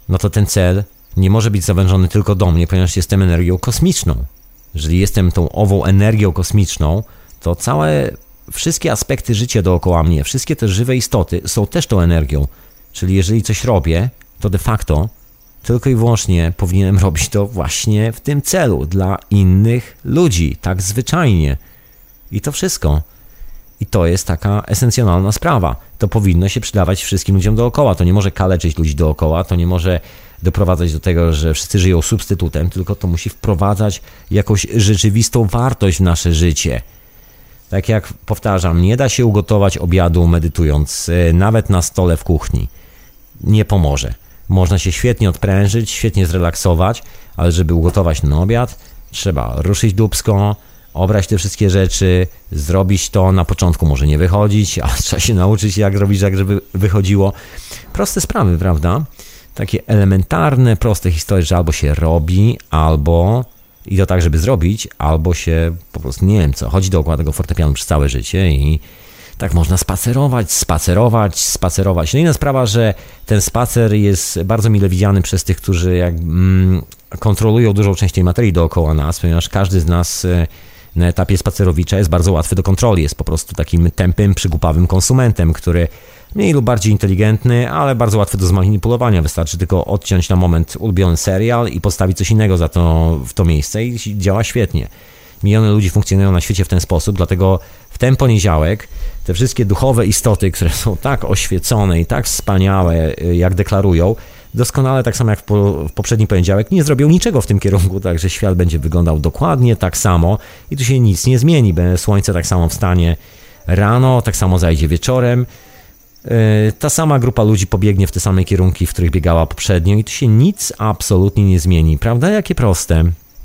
no to ten cel nie może być zawężony tylko do mnie, ponieważ jestem energią kosmiczną. Jeżeli jestem tą ową energią kosmiczną, to całe, wszystkie aspekty życia dookoła mnie, wszystkie te żywe istoty są też tą energią. Czyli jeżeli coś robię, to de facto tylko i wyłącznie powinienem robić to właśnie w tym celu, dla innych ludzi, tak zwyczajnie. I to wszystko. I to jest taka esencjonalna sprawa. To powinno się przydawać wszystkim ludziom dookoła. To nie może kaleczyć ludzi dookoła, to nie może doprowadzać do tego, że wszyscy żyją substytutem, tylko to musi wprowadzać jakąś rzeczywistą wartość w nasze życie. Tak jak powtarzam, nie da się ugotować obiadu medytując, nawet na stole w kuchni. Nie pomoże. Można się świetnie odprężyć, świetnie zrelaksować, ale żeby ugotować ten obiad, trzeba ruszyć dupsko, obrać te wszystkie rzeczy, zrobić to. Na początku może nie wychodzić, ale trzeba się nauczyć, jak robić, jak żeby wychodziło. Proste sprawy, prawda? Takie elementarne, proste historie, że albo się robi, albo i to tak, żeby zrobić, albo się po prostu, nie wiem co, chodzi dookoła tego fortepianu przez całe życie i tak można spacerować, spacerować, spacerować. No inna sprawa, że ten spacer jest bardzo mile widziany przez tych, którzy jak, mm, kontrolują dużą część tej materii dookoła nas, ponieważ każdy z nas na etapie spacerowicza jest bardzo łatwy do kontroli. Jest po prostu takim tępym, przygłupawym konsumentem, który mniej lub bardziej inteligentny, ale bardzo łatwy do zmanipulowania. Wystarczy tylko odciąć na moment ulubiony serial i postawić coś innego za to, w to miejsce i działa świetnie. Miliony ludzi funkcjonują na świecie w ten sposób, dlatego w ten poniedziałek te wszystkie duchowe istoty, które są tak oświecone i tak wspaniałe, jak deklarują, doskonale tak samo jak w, po, w poprzedni poniedziałek nie zrobią niczego w tym kierunku, także świat będzie wyglądał dokładnie tak samo i tu się nic nie zmieni, bo słońce tak samo wstanie rano, tak samo zajdzie wieczorem. Ta sama grupa ludzi pobiegnie w te same kierunki, w których biegała poprzednio i tu się nic absolutnie nie zmieni. Prawda? Jakie proste.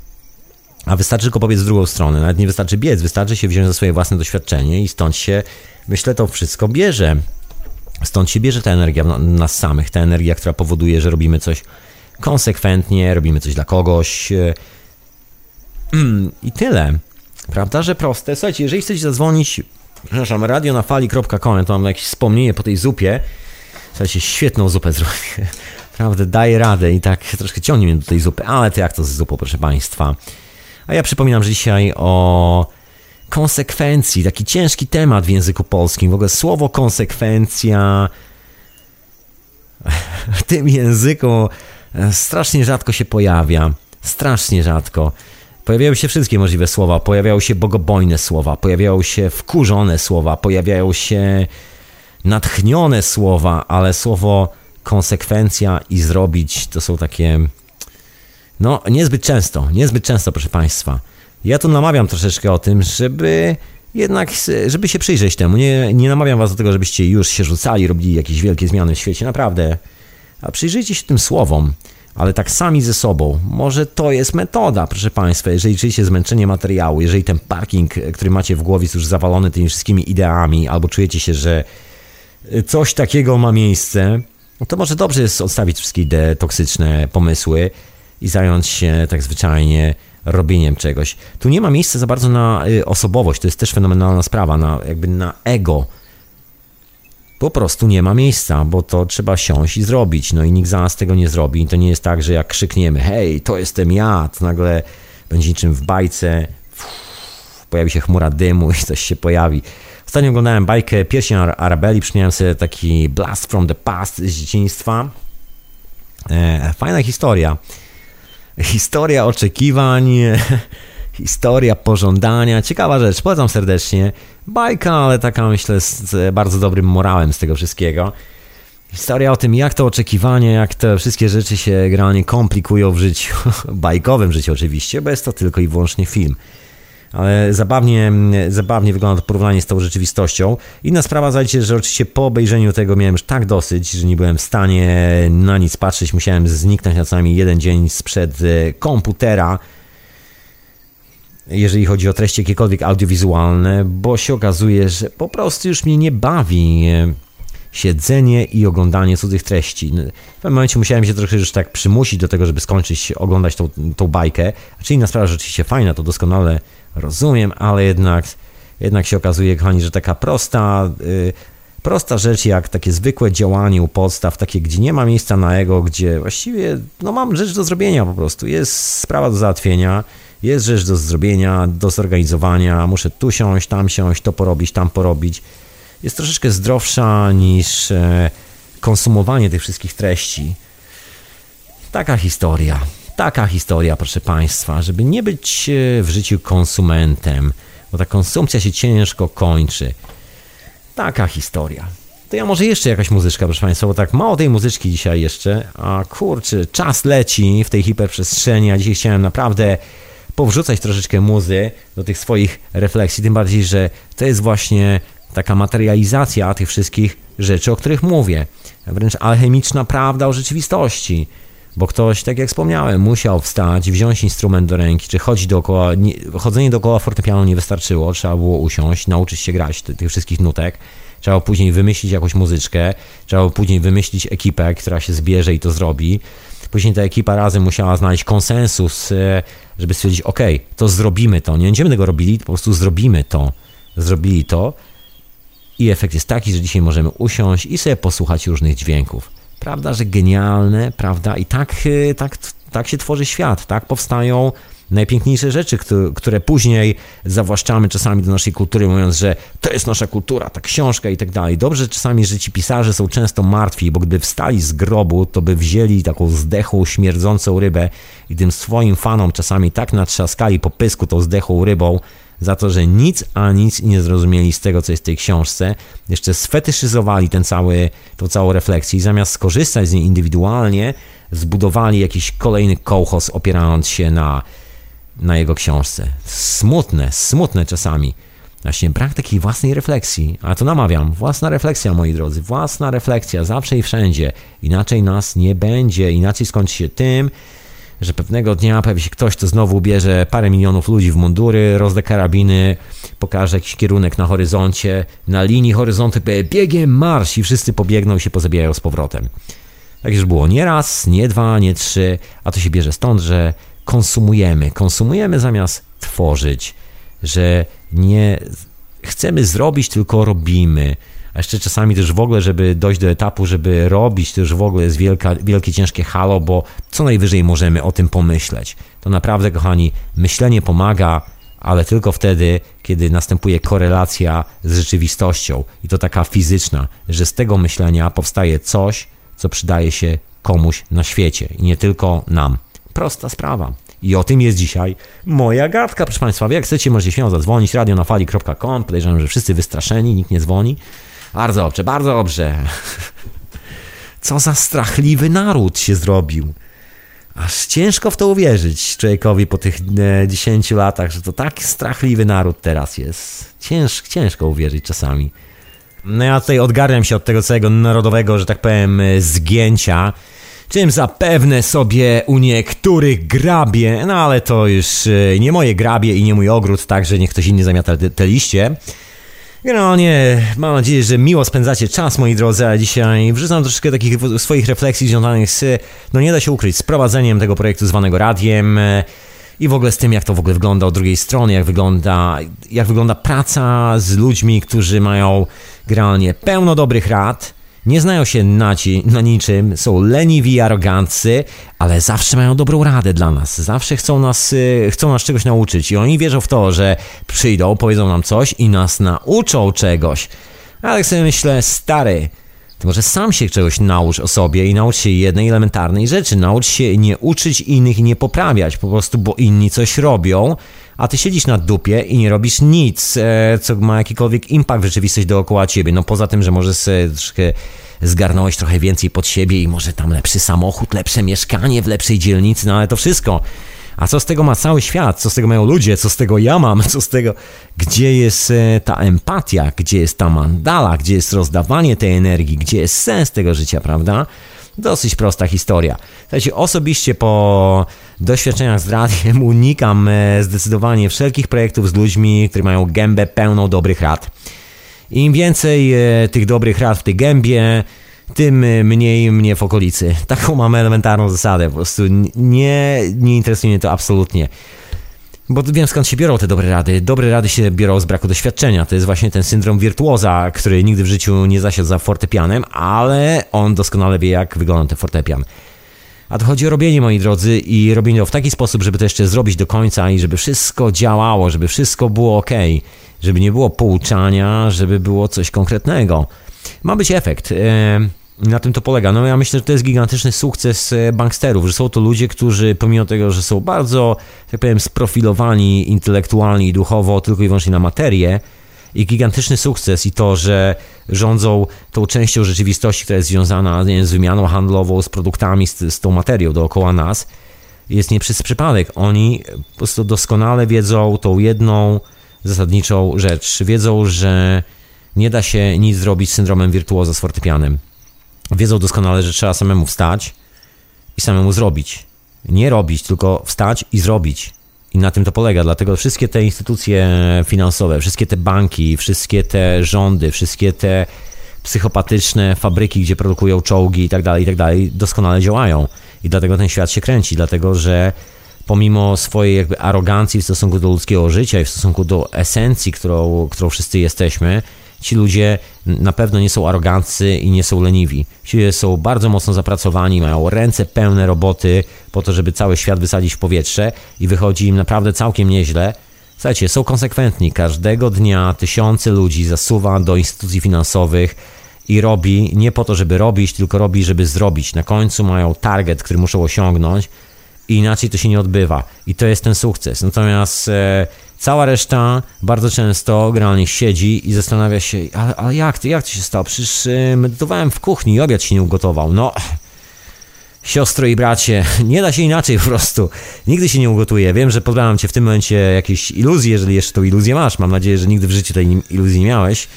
A wystarczy tylko pobiec w drugą stronę. Nawet nie wystarczy biec, wystarczy się wziąć za swoje własne doświadczenie i stąd się, myślę, to wszystko bierze. Stąd się bierze ta energia w nas samych, ta energia, która powoduje, że robimy coś konsekwentnie, robimy coś dla kogoś i tyle. Prawda, że proste. Słuchajcie, jeżeli chcecie zadzwonić, przepraszam, radio na fali kropka com, to mam jakieś wspomnienie po tej zupie. Słuchajcie, świetną zupę zrobię. Naprawdę, daję radę i tak troszkę ciągnie mnie do tej zupy, ale to jak to z zupą, proszę Państwa. A ja przypominam, że dzisiaj o konsekwencji, taki ciężki temat w języku polskim. W ogóle słowo konsekwencja w tym języku strasznie rzadko się pojawia. Strasznie rzadko. Pojawiają się wszystkie możliwe słowa. Pojawiają się bogobojne słowa, pojawiają się wkurzone słowa, pojawiają się natchnione słowa, ale słowo konsekwencja i zrobić to są takie, no niezbyt często, niezbyt często, proszę Państwa. Ja tu namawiam troszeczkę o tym, żeby jednak, żeby się przyjrzeć temu. Nie, nie namawiam Was do tego, żebyście już się rzucali, robili jakieś wielkie zmiany w świecie, naprawdę. A przyjrzyjcie się tym słowom, ale tak sami ze sobą. Może to jest metoda, proszę Państwa, jeżeli czujecie zmęczenie materiału, jeżeli ten parking, który macie w głowie jest już zawalony tymi wszystkimi ideami, albo czujecie się, że coś takiego ma miejsce, no to może dobrze jest odstawić wszystkie idee, toksyczne pomysły i zająć się tak zwyczajnie robieniem czegoś. Tu nie ma miejsca za bardzo na osobowość, to jest też fenomenalna sprawa, na, jakby na ego. Po prostu nie ma miejsca, bo to trzeba siąść i zrobić, no i nikt za nas tego nie zrobi. To nie jest tak, że jak krzykniemy, hej, to jestem ja, to nagle będzie niczym w bajce, uff, pojawi się chmura dymu i coś się pojawi. Ostatnio oglądałem bajkę Pierścień Arabeli, przypomniałem sobie taki blast from the past z dzieciństwa. E, fajna historia. Historia oczekiwań, historia pożądania. Ciekawa rzecz, polecam serdecznie. Bajka, ale taka myślę z bardzo dobrym morałem z tego wszystkiego. Historia o tym, jak to oczekiwanie, jak te wszystkie rzeczy się generalnie komplikują w życiu. Bajkowym życiu oczywiście, bo jest to tylko i wyłącznie film. Ale zabawnie, zabawnie wygląda to porównanie z tą rzeczywistością. Inna sprawa, zajdzie, że oczywiście po obejrzeniu tego miałem już tak dosyć, że nie byłem w stanie na nic patrzeć. Musiałem zniknąć na co najmniej jeden dzień sprzed komputera, jeżeli chodzi o treści jakiekolwiek audiowizualne, bo się okazuje, że po prostu już mnie nie bawi siedzenie i oglądanie cudzych treści. W pewnym momencie musiałem się trochę już tak przymusić do tego, żeby skończyć oglądać tą, tą bajkę. Znaczy inna sprawa rzeczywiście fajna, to doskonale rozumiem, ale jednak, jednak się okazuje, kochani, że taka prosta, yy, Prosta rzecz jak takie zwykłe działanie u podstaw, takie gdzie nie ma miejsca na ego, gdzie właściwie no mam rzecz do zrobienia po prostu, jest sprawa do załatwienia, jest rzecz do zrobienia, do zorganizowania, muszę tu siąść, tam siąść, to porobić, tam porobić. Jest troszeczkę zdrowsza niż konsumowanie tych wszystkich treści. Taka historia, taka historia, proszę Państwa, żeby nie być w życiu konsumentem, bo ta konsumpcja się ciężko kończy. Taka historia. To ja może jeszcze jakaś muzyczka, proszę Państwa, bo tak mało tej muzyczki dzisiaj jeszcze, a kurczę, czas leci w tej hiperprzestrzeni, a dzisiaj chciałem naprawdę powrzucać troszeczkę muzy do tych swoich refleksji, tym bardziej, że to jest właśnie taka materializacja tych wszystkich rzeczy, o których mówię. Wręcz alchemiczna prawda o rzeczywistości. Bo ktoś, tak jak wspomniałem, musiał wstać, wziąć instrument do ręki, czy chodzić dookoła, nie, chodzenie dookoła fortepianu nie wystarczyło, trzeba było usiąść, nauczyć się grać ty, tych wszystkich nutek, trzeba później wymyślić jakąś muzyczkę, trzeba później wymyślić ekipę, która się zbierze i to zrobi. Później ta ekipa razem musiała znaleźć konsensus, żeby stwierdzić, ok, to zrobimy to, nie będziemy tego robili, po prostu zrobimy to, zrobili to i efekt jest taki, że dzisiaj możemy usiąść i sobie posłuchać różnych dźwięków. Prawda, że genialne, prawda? I tak, tak, tak się tworzy świat, tak powstają najpiękniejsze rzeczy, które później zawłaszczamy czasami do naszej kultury, mówiąc, że to jest nasza kultura, ta książka i tak dalej. Dobrze czasami, że ci pisarze są często martwi, bo gdyby wstali z grobu, to by wzięli taką zdechłą, śmierdzącą rybę i tym swoim fanom czasami tak natrzaskali po pysku tą zdechłą rybą, za to, że nic a nic nie zrozumieli z tego, co jest w tej książce, jeszcze sfetyszyzowali ten cały, tą całą refleksję i zamiast skorzystać z niej indywidualnie, zbudowali jakiś kolejny kołchoz, opierając się na, na jego książce. Smutne, smutne czasami. Właśnie brak takiej własnej refleksji. A to namawiam, własna refleksja, moi drodzy, własna refleksja, zawsze i wszędzie. Inaczej nas nie będzie, inaczej skończy się tym, że pewnego dnia pojawi się ktoś, kto znowu bierze parę milionów ludzi w mundury, rozda karabiny, pokaże jakiś kierunek na horyzoncie, na linii horyzontu biegiem marsz i wszyscy pobiegną i się pozabijają z powrotem. Tak już było nie raz, nie dwa, nie trzy, a to się bierze stąd, że konsumujemy, konsumujemy zamiast tworzyć, że nie chcemy zrobić, tylko robimy. A jeszcze czasami też w ogóle, żeby dojść do etapu, żeby robić, to już w ogóle jest wielka, wielkie, ciężkie halo, bo co najwyżej możemy o tym pomyśleć. To naprawdę, kochani, myślenie pomaga, ale tylko wtedy, kiedy następuje korelacja z rzeczywistością i to taka fizyczna, że z tego myślenia powstaje coś, co przydaje się komuś na świecie i nie tylko nam. Prosta sprawa. I o tym jest dzisiaj moja gadka, proszę Państwa. Jak chcecie, możecie śmiało zadzwonić, radio na fali kropka com. Podejrzewam, że wszyscy wystraszeni, nikt nie dzwoni. Bardzo dobrze, bardzo dobrze. Co za strachliwy naród się zrobił. Aż ciężko w to uwierzyć człowiekowi po tych dziesięciu latach, że to tak strachliwy naród teraz jest. Cięż, ciężko uwierzyć czasami. No ja tutaj odgarniam się od tego całego narodowego, że tak powiem, zgięcia, czym zapewne sobie u niektórych grabie, no ale to już nie moje grabie i nie mój ogród, także niech ktoś inny zamiata te, te liście. Generalnie mam nadzieję, że miło spędzacie czas, moi drodzy, a dzisiaj wrzucam troszeczkę takich swoich refleksji związanych z, no nie da się ukryć, z prowadzeniem tego projektu zwanego radiem i w ogóle z tym, jak to w ogóle wygląda od drugiej strony, jak wygląda, jak wygląda praca z ludźmi, którzy mają generalnie pełno dobrych rad, nie znają się na, ci, na niczym, są leniwi i aroganccy, ale zawsze mają dobrą radę dla nas, zawsze chcą nas, chcą nas czegoś nauczyć i oni wierzą w to, że przyjdą, powiedzą nam coś i nas nauczą czegoś. Ale tak sobie myślę, stary, to może sam się czegoś naucz o sobie i naucz się jednej elementarnej rzeczy, naucz się nie uczyć innych i nie poprawiać, po prostu bo inni coś robią, a ty siedzisz na dupie i nie robisz nic, co ma jakikolwiek impact w rzeczywistość dookoła ciebie. No poza tym, że możesz sobie troszkę zgarnąłeś trochę więcej pod siebie i może tam lepszy samochód, lepsze mieszkanie w lepszej dzielnicy, no ale to wszystko. A co z tego ma cały świat? Co z tego mają ludzie? Co z tego ja mam? Co z tego? Gdzie jest ta empatia? Gdzie jest ta mandala? Gdzie jest rozdawanie tej energii? Gdzie jest sens tego życia, prawda? Dosyć prosta historia. Słuchajcie, osobiście po doświadczeniach z radiem unikam zdecydowanie wszelkich projektów z ludźmi, którzy mają gębę pełną dobrych rad. Im więcej tych dobrych rad w tej gębie, tym mniej mnie w okolicy. Taką mam elementarną zasadę. Po prostu nie, nie interesuje mnie to absolutnie. Bo wiem, skąd się biorą te dobre rady. Dobre rady się biorą z braku doświadczenia. To jest właśnie ten syndrom wirtuoza, który nigdy w życiu nie zasiadł za fortepianem, ale on doskonale wie, jak wygląda ten fortepian. A to chodzi o robienie, moi drodzy, i robienie to w taki sposób, żeby to jeszcze zrobić do końca i żeby wszystko działało, żeby wszystko było ok, żeby nie było pouczania, żeby było coś konkretnego. Ma być efekt. Na tym to polega. No ja myślę, że to jest gigantyczny sukces banksterów, że są to ludzie, którzy pomimo tego, że są bardzo, tak powiem, sprofilowani intelektualnie i duchowo tylko i wyłącznie na materię, i gigantyczny sukces i to, że rządzą tą częścią rzeczywistości, która jest związana nie wiem, z wymianą handlową, z produktami, z, z tą materią dookoła nas, jest nie przez przypadek. Oni po prostu doskonale wiedzą tą jedną zasadniczą rzecz. Wiedzą, że nie da się nic zrobić z syndromem wirtuoza z fortepianem. Wiedzą doskonale, że trzeba samemu wstać i samemu zrobić. Nie robić, tylko wstać i zrobić. I na tym to polega. Dlatego wszystkie te instytucje finansowe, wszystkie te banki, wszystkie te rządy, wszystkie te psychopatyczne fabryki, gdzie produkują czołgi i tak dalej, i tak dalej, doskonale działają. I dlatego ten świat się kręci. Dlatego, że pomimo swojej jakby arogancji w stosunku do ludzkiego życia i w stosunku do esencji, którą, którą wszyscy jesteśmy, ci ludzie na pewno nie są aroganccy i nie są leniwi. Ci ludzie są bardzo mocno zapracowani, mają ręce pełne roboty po to, żeby cały świat wysadzić w powietrze i wychodzi im naprawdę całkiem nieźle. Słuchajcie, są konsekwentni. Każdego dnia tysiące ludzi zasuwa do instytucji finansowych i robi nie po to, żeby robić, tylko robi, żeby zrobić. Na końcu mają target, który muszą osiągnąć i inaczej to się nie odbywa. I to jest ten sukces. Natomiast e, cała reszta bardzo często generalnie siedzi i zastanawia się, ale, ale jak, to, jak to się stało? Przecież e, medytowałem w kuchni i obiad się nie ugotował. No, siostro i bracie, nie da się inaczej po prostu. Nigdy się nie ugotuje. Wiem, że pozbawiam cię w tym momencie jakiejś iluzji, jeżeli jeszcze tą iluzję masz. Mam nadzieję, że nigdy w życiu tej iluzji nie miałeś.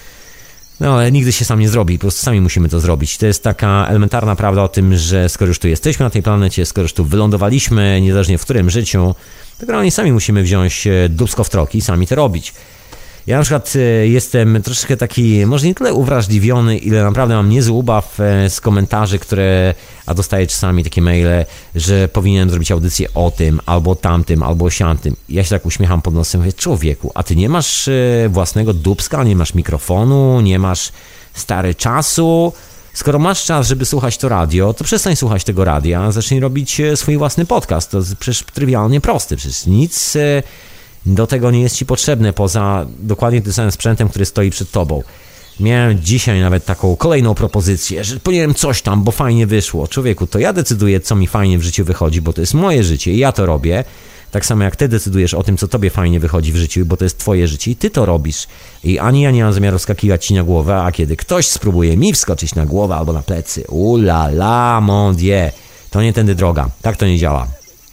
No, ale nigdy się sam nie zrobi, po prostu sami musimy to zrobić. To jest taka elementarna prawda o tym, że skoro już tu jesteśmy na tej planecie, skoro już tu wylądowaliśmy, niezależnie w którym życiu, to generalnie sami musimy wziąć dupsko w troki i sami to robić. Ja na przykład jestem troszeczkę taki, może nie tyle uwrażliwiony, ile naprawdę mam niezły ubaw z komentarzy, które, a dostaję czasami takie maile, że powinienem zrobić audycję o tym, albo tamtym, albo siamtym. Ja się tak uśmiecham pod nosem, mówię, człowieku, a ty nie masz własnego dupska, nie masz mikrofonu, nie masz stary czasu. Skoro masz czas, żeby słuchać to radio, to przestań słuchać tego radia, zacznij robić swój własny podcast. To jest przecież trywialnie prosty, przecież nic do tego nie jest ci potrzebne poza dokładnie tym samym sprzętem, który stoi przed tobą. Miałem dzisiaj nawet taką kolejną propozycję, że powinienem coś tam, bo fajnie wyszło. Człowieku, to ja decyduję, co mi fajnie w życiu wychodzi, bo to jest moje życie i ja to robię. Tak samo jak ty decydujesz o tym, co tobie fajnie wychodzi w życiu, bo to jest twoje życie i ty to robisz. I ani ja nie mam zamiaru skakiwać ci na głowę, a kiedy ktoś spróbuje mi wskoczyć na głowę albo na plecy, ula la, mon dieu, to nie tędy droga. Tak to nie działa.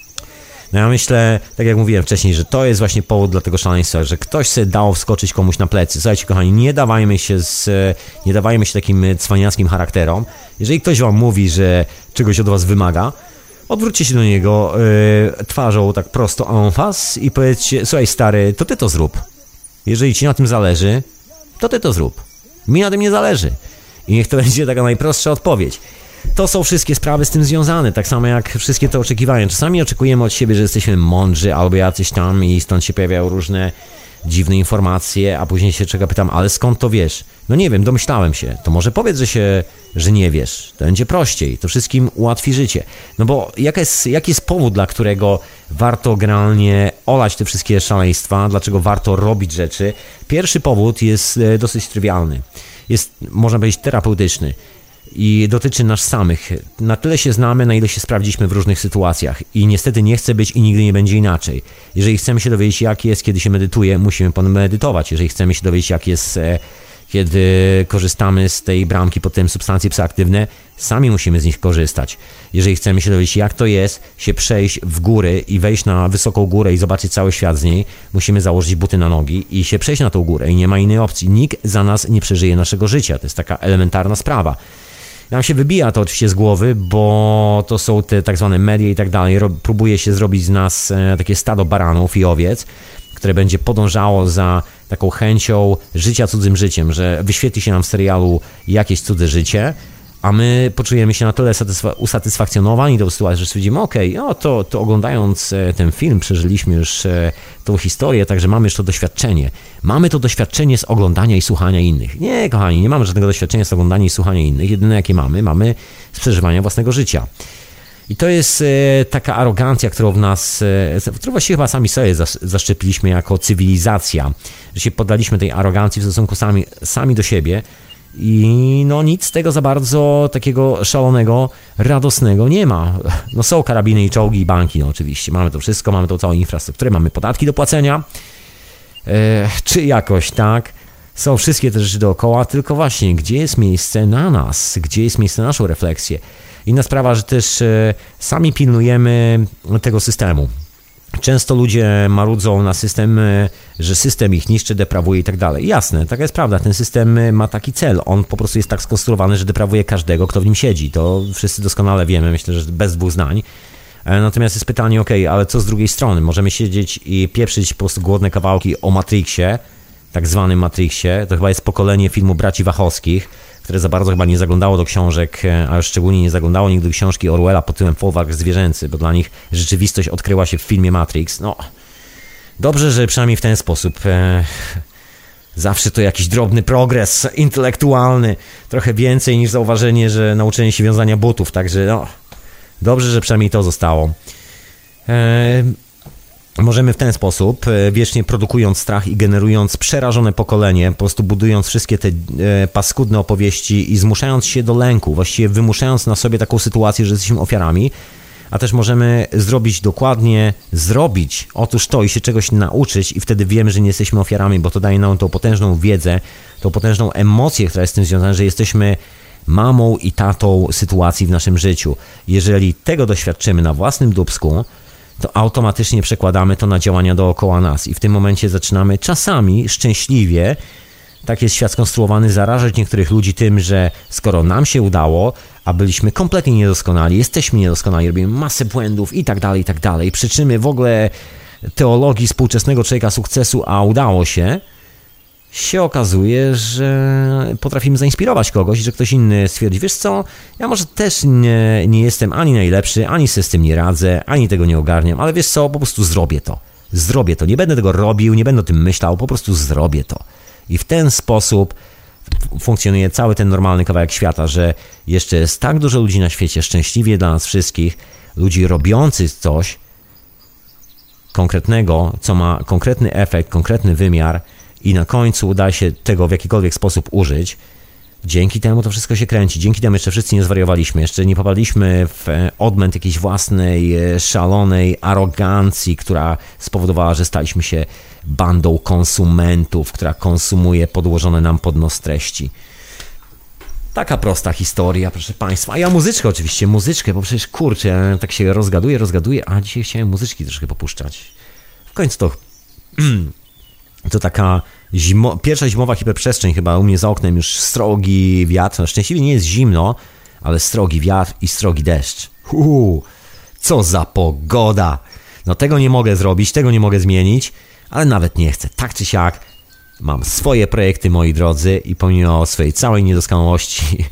No ja myślę, tak jak mówiłem wcześniej, że to jest właśnie powód dla tego szaleństwa, że ktoś sobie dał wskoczyć komuś na plecy. Słuchajcie, kochani, nie dawajmy się z, nie dawajmy się takim cwaniackim charakterom. Jeżeli ktoś wam mówi, że czegoś od was wymaga, odwróćcie się do niego yy, twarzą tak prosto en face i powiedzcie, słuchaj stary, to ty to zrób. Jeżeli ci na tym zależy, to ty to zrób. Mi na tym nie zależy. I niech to będzie taka najprostsza odpowiedź. To są wszystkie sprawy z tym związane, tak samo jak wszystkie te oczekiwania. Czasami oczekujemy od siebie, że jesteśmy mądrzy albo jacyś tam i stąd się pojawiają różne dziwne informacje, a później się czego pytam, ale skąd to wiesz? No nie wiem, domyślałem się. To może powiedz, że się, że nie wiesz. To będzie prościej, to wszystkim ułatwi życie. No bo jaka jest, jaki jest powód, dla którego warto generalnie olać te wszystkie szaleństwa, dlaczego warto robić rzeczy? Pierwszy powód jest dosyć trywialny. Jest, można powiedzieć, terapeutyczny. I dotyczy nas samych. Na tyle się znamy, na ile się sprawdziliśmy w różnych sytuacjach. I niestety nie chce być i nigdy nie będzie inaczej. Jeżeli chcemy się dowiedzieć, jak jest, kiedy się medytuje, musimy pomedytować. Jeżeli chcemy się dowiedzieć, jak jest, kiedy korzystamy z tej bramki, potem substancje psychoaktywne, sami musimy z nich korzystać. Jeżeli chcemy się dowiedzieć, jak to jest, się przejść w góry i wejść na wysoką górę i zobaczyć cały świat z niej, musimy założyć buty na nogi i się przejść na tą górę. I nie ma innej opcji. Nikt za nas nie przeżyje naszego życia. To jest taka elementarna sprawa. Nam się wybija to oczywiście z głowy, bo to są te tak zwane media i tak dalej. Próbuje się zrobić z nas takie stado baranów i owiec, które będzie podążało za taką chęcią życia cudzym życiem, że wyświetli się nam w serialu jakieś cudze życie, a my poczujemy się na tyle satysfa- usatysfakcjonowani tą sytuacją, że stwierdzimy, okej, okay, to, to oglądając ten film przeżyliśmy już tą historię, także mamy już to doświadczenie. Mamy to doświadczenie z oglądania i słuchania innych. Nie, kochani, nie mamy żadnego doświadczenia z oglądania i słuchania innych. Jedyne jakie mamy, mamy z przeżywania własnego życia. I to jest taka arogancja, którą w nas, którą właściwie chyba sami sobie zaszczepiliśmy jako cywilizacja, że się poddaliśmy tej arogancji w stosunku sami, sami do siebie i no nic z tego za bardzo takiego szalonego, radosnego nie ma. No są karabiny i czołgi i banki, no oczywiście, mamy to wszystko, mamy tą całą infrastrukturę, mamy podatki do płacenia, e, czy jakoś, tak? Są wszystkie te rzeczy dookoła, tylko właśnie, gdzie jest miejsce na nas, gdzie jest miejsce na naszą refleksję. Inna sprawa, że też sami pilnujemy tego systemu. Często ludzie marudzą na system, że system ich niszczy, deprawuje i tak dalej. Jasne, taka jest prawda, ten system ma taki cel. On po prostu jest tak skonstruowany, że deprawuje każdego, kto w nim siedzi. To wszyscy doskonale wiemy, myślę, że bez dwóch zdań. Natomiast jest pytanie, okej, okay, ale co z drugiej strony? Możemy siedzieć i pieprzyć po prostu głodne kawałki o Matrixie, tak zwanym Matrixie. To chyba jest pokolenie filmu Braci Wachowskich, które za bardzo chyba nie zaglądało do książek, a już szczególnie nie zaglądało nigdy do książki Orwella pod tytułem Folwark zwierzęcy, bo dla nich rzeczywistość odkryła się w filmie Matrix. No, dobrze, że przynajmniej w ten sposób. E, zawsze to jakiś drobny progres intelektualny, trochę więcej niż zauważenie, że nauczenie się wiązania butów, także no, dobrze, że przynajmniej to zostało. E, Możemy w ten sposób, wiecznie produkując strach i generując przerażone pokolenie, po prostu budując wszystkie te paskudne opowieści i zmuszając się do lęku, właściwie wymuszając na sobie taką sytuację, że jesteśmy ofiarami, a też możemy zrobić dokładnie, zrobić otóż to i się czegoś nauczyć i wtedy wiemy, że nie jesteśmy ofiarami, bo to daje nam tą potężną wiedzę, tą potężną emocję, która jest z tym związana, że jesteśmy mamą i tatą sytuacji w naszym życiu. Jeżeli tego doświadczymy na własnym dupsku, to automatycznie przekładamy to na działania dookoła nas i w tym momencie zaczynamy czasami szczęśliwie, tak jest świat skonstruowany, zarażać niektórych ludzi tym, że skoro nam się udało, a byliśmy kompletnie niedoskonali, jesteśmy niedoskonali, robimy masę błędów i tak dalej, i tak dalej, przyczyny w ogóle teologii współczesnego człowieka sukcesu, a udało się, się okazuje, że potrafimy zainspirować kogoś, że ktoś inny stwierdzi, wiesz co, ja może też nie, nie jestem ani najlepszy, ani sobie z tym nie radzę, ani tego nie ogarniam, ale wiesz co, po prostu zrobię to. Zrobię to. Nie będę tego robił, nie będę o tym myślał, po prostu zrobię to. I w ten sposób funkcjonuje cały ten normalny kawałek świata, że jeszcze jest tak dużo ludzi na świecie, szczęśliwie dla nas wszystkich, ludzi robiących coś konkretnego, co ma konkretny efekt, konkretny wymiar, i na końcu uda się tego w jakikolwiek sposób użyć, dzięki temu to wszystko się kręci, dzięki temu jeszcze wszyscy nie zwariowaliśmy, jeszcze nie popadliśmy w odmęt jakiejś własnej, szalonej arogancji, która spowodowała, że staliśmy się bandą konsumentów, która konsumuje podłożone nam pod nos treści. Taka prosta historia, proszę Państwa. A ja muzyczkę oczywiście, muzyczkę, bo przecież kurczę, ja tak się rozgaduję, rozgaduję, a dzisiaj chciałem muzyczki troszkę popuszczać. W końcu to... To taka zimo, pierwsza zimowa hiperprzestrzeń chyba u mnie za oknem, już srogi wiatr. No, szczęśliwie nie jest zimno, ale srogi wiatr i srogi deszcz. Uuu, co za pogoda. No tego nie mogę zrobić, tego nie mogę zmienić, ale nawet nie chcę. Tak czy siak mam swoje projekty, moi drodzy, i pomimo swojej całej niedoskonałości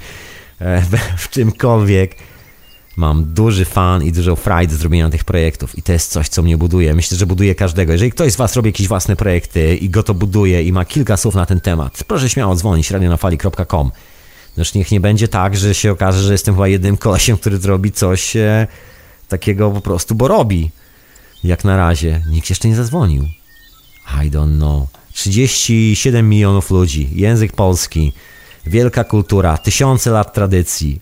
w czymkolwiek mam duży fan i dużą frajdę z zrobienia tych projektów i to jest coś, co mnie buduje. Myślę, że buduje każdego. Jeżeli ktoś z Was robi jakieś własne projekty i go to buduje i ma kilka słów na ten temat, proszę śmiało dzwonić radio na fali kropka com. Noż niech nie będzie tak, że się okaże, że jestem chyba jednym kolesiem, który robi coś e, takiego po prostu, bo robi. Jak na razie. Nikt jeszcze nie zadzwonił. I don't know. trzydzieści siedem milionów ludzi. Język polski. Wielka kultura. Tysiące lat tradycji.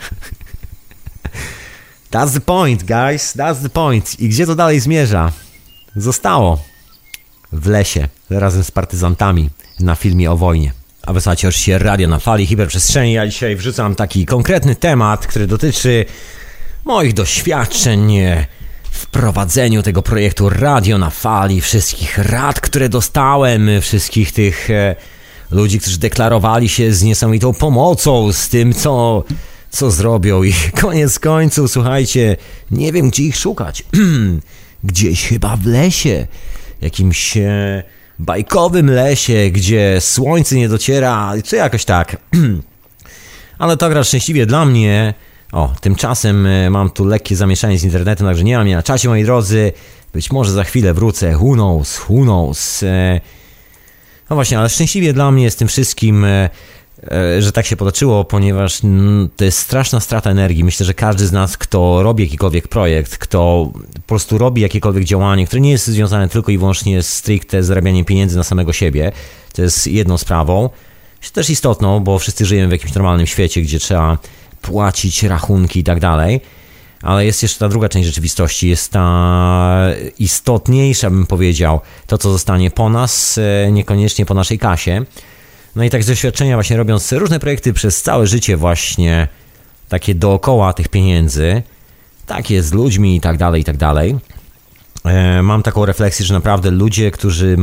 That's the point, guys. That's the point. I gdzie to dalej zmierza? Zostało w lesie razem z partyzantami na filmie o wojnie. A wysłuchacie oczywiście radio na fali hiperprzestrzeni. Ja dzisiaj wrzucam taki konkretny temat, który dotyczy moich doświadczeń w prowadzeniu tego projektu Radio na Fali, wszystkich rad, które dostałem, wszystkich tych ludzi, którzy deklarowali się z niesamowitą pomocą, z tym, co... co zrobią i koniec końców, słuchajcie, nie wiem, gdzie ich szukać. Gdzieś chyba w lesie, jakimś e, bajkowym lesie, gdzie słońce nie dociera, czy jakoś tak. Ale to akurat szczęśliwie dla mnie. O, tymczasem mam tu lekkie zamieszanie z internetem, także nie mam mnie na czacie, moi drodzy. Być może za chwilę wrócę, who knows, who knows. No właśnie, ale szczęśliwie dla mnie z tym wszystkim, że tak się potoczyło, ponieważ to jest straszna strata energii. Myślę, że każdy z nas, kto robi jakikolwiek projekt, kto po prostu robi jakiekolwiek działanie, które nie jest związane tylko i wyłącznie stricte z zarabianiem pieniędzy na samego siebie, to jest jedną sprawą, też istotną, bo wszyscy żyjemy w jakimś normalnym świecie, gdzie trzeba płacić rachunki i tak dalej, ale jest jeszcze ta druga część rzeczywistości, jest ta istotniejsza, bym powiedział, to co zostanie po nas, niekoniecznie po naszej kasie. No i tak z doświadczenia właśnie robiąc różne projekty przez całe życie właśnie, takie dookoła tych pieniędzy, takie z ludźmi i tak dalej, i tak dalej, mam taką refleksję, że naprawdę ludzie, którzy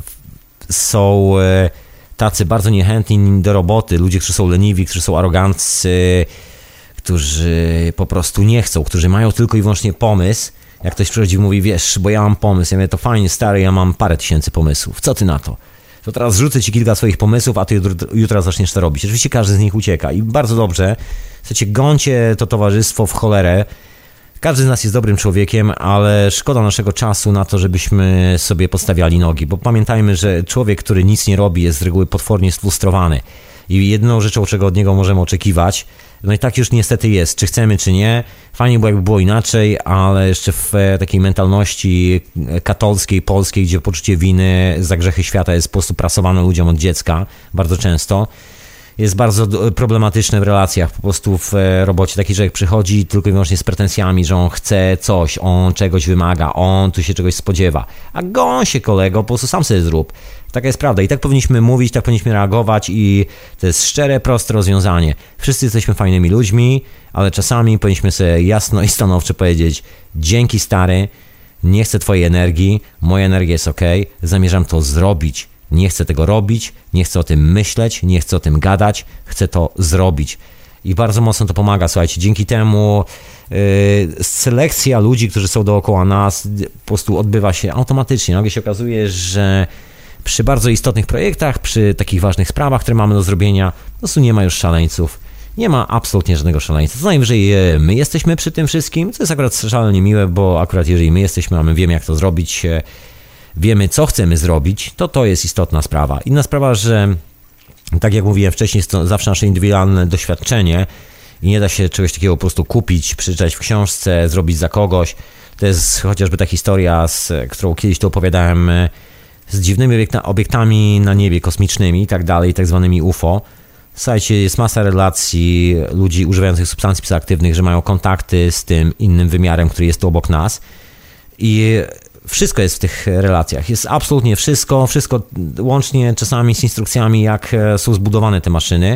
są tacy bardzo niechętni do roboty, ludzie, którzy są leniwi, którzy są aroganccy, którzy po prostu nie chcą, którzy mają tylko i wyłącznie pomysł. Jak ktoś przychodzi i mówi, wiesz, bo ja mam pomysł, ja mówię, to fajnie stary, ja mam parę tysięcy pomysłów, co ty na to? To teraz zrzucę ci kilka swoich pomysłów, a ty jutro, jutro zaczniesz to robić. Oczywiście każdy z nich ucieka i bardzo dobrze, chcecie, gońcie to towarzystwo w cholerę. Każdy z nas jest dobrym człowiekiem, ale szkoda naszego czasu na to, żebyśmy sobie podstawiali nogi, bo pamiętajmy, że człowiek, który nic nie robi, jest z reguły potwornie sfrustrowany i jedyną rzeczą, czego od niego możemy oczekiwać, no i tak już niestety jest, czy chcemy, czy nie. Fajnie było, jakby było inaczej, ale jeszcze w takiej mentalności katolskiej, polskiej, gdzie poczucie winy za grzechy świata jest po prostu prasowane ludziom od dziecka, bardzo często, jest bardzo problematyczne w relacjach, po prostu w robocie. Taki człowiek przychodzi tylko i wyłącznie z pretensjami, że on chce coś, on czegoś wymaga, on tu się czegoś spodziewa. A goń się, kolego, po prostu sam sobie zrób. Taka jest prawda i tak powinniśmy mówić, tak powinniśmy reagować i to jest szczere, proste rozwiązanie. Wszyscy jesteśmy fajnymi ludźmi, ale czasami powinniśmy sobie jasno i stanowczo powiedzieć: dzięki stary, nie chcę twojej energii, moja energia jest okej, zamierzam to zrobić. Nie chcę tego robić, nie chcę o tym myśleć, nie chcę o tym gadać, chcę to zrobić. I bardzo mocno to pomaga, słuchajcie, dzięki temu yy, selekcja ludzi, którzy są dookoła nas, po prostu odbywa się automatycznie. Nagle się okazuje, że przy bardzo istotnych projektach, przy takich ważnych sprawach, które mamy do zrobienia, po prostu nie ma już szaleńców. Nie ma absolutnie żadnego szaleństwa. Co najwyżej my jesteśmy przy tym wszystkim, co jest akurat szalenie miłe, bo akurat jeżeli my jesteśmy, a my wiemy, jak to zrobić, wiemy, co chcemy zrobić, to to jest istotna sprawa. Inna sprawa, że tak jak mówiłem wcześniej, jest to zawsze nasze indywidualne doświadczenie i nie da się czegoś takiego po prostu kupić, przeczytać w książce, zrobić za kogoś. To jest chociażby ta historia, z, którą kiedyś tu opowiadałem, z dziwnymi obiektami na niebie, kosmicznymi i tak dalej, tak zwanymi U F O. Słuchajcie, jest masa relacji ludzi używających substancji psychoaktywnych, że mają kontakty z tym innym wymiarem, który jest tu obok nas i wszystko jest w tych relacjach. Jest absolutnie wszystko, wszystko łącznie czasami z instrukcjami, jak są zbudowane te maszyny.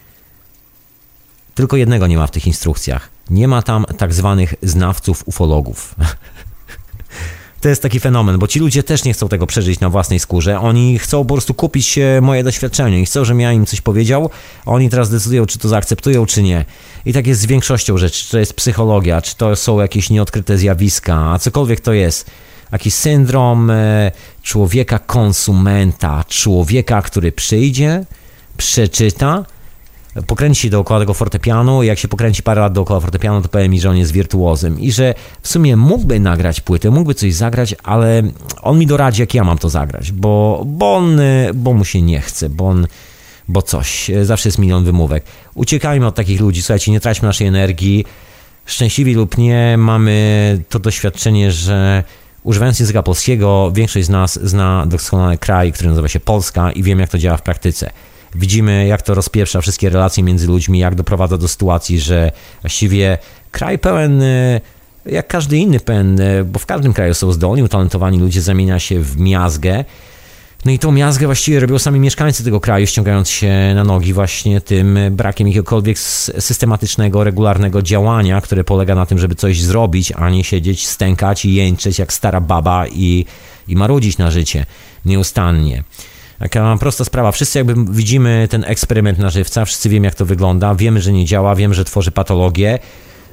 Tylko jednego nie ma w tych instrukcjach. Nie ma tam tak zwanych znawców ufologów. To jest taki fenomen, bo ci ludzie też nie chcą tego przeżyć na własnej skórze. Oni chcą po prostu kupić moje doświadczenie i chcą, żebym ja im coś powiedział, a oni teraz decydują, czy to zaakceptują, czy nie. I tak jest z większością rzeczy. Czy to jest psychologia, czy to są jakieś nieodkryte zjawiska, a cokolwiek to jest. Jakiś syndrom człowieka konsumenta, człowieka, który przyjdzie, przeczyta, pokręci się dookoła tego fortepianu i jak się pokręci parę lat dookoła fortepianu, to powie mi, że on jest wirtuozem i że w sumie mógłby nagrać płytę, mógłby coś zagrać, ale on mi doradzi, jak ja mam to zagrać, bo, bo on, bo mu się nie chce, bo on, bo coś, zawsze jest milion wymówek. Uciekajmy od takich ludzi, słuchajcie, nie traćmy naszej energii, szczęśliwi lub nie, mamy to doświadczenie, że używając języka polskiego, większość z nas zna doskonale kraj, który nazywa się Polska i wiemy, jak to działa w praktyce. Widzimy, jak to rozpieprza wszystkie relacje między ludźmi, jak doprowadza do sytuacji, że właściwie kraj pełen, jak każdy inny pełen, bo w każdym kraju są zdolni, utalentowani ludzie, zamienia się w miazgę. No i tą miazgę właściwie robią sami mieszkańcy tego kraju, ściągając się na nogi właśnie tym brakiem jakiegokolwiek systematycznego, regularnego działania, które polega na tym, żeby coś zrobić, a nie siedzieć, stękać i jęczeć jak stara baba i, i marudzić na życie nieustannie. Taka prosta sprawa. Wszyscy jakby widzimy ten eksperyment na żywca, wszyscy wiemy, jak to wygląda, wiemy, że nie działa, wiemy, że tworzy patologię.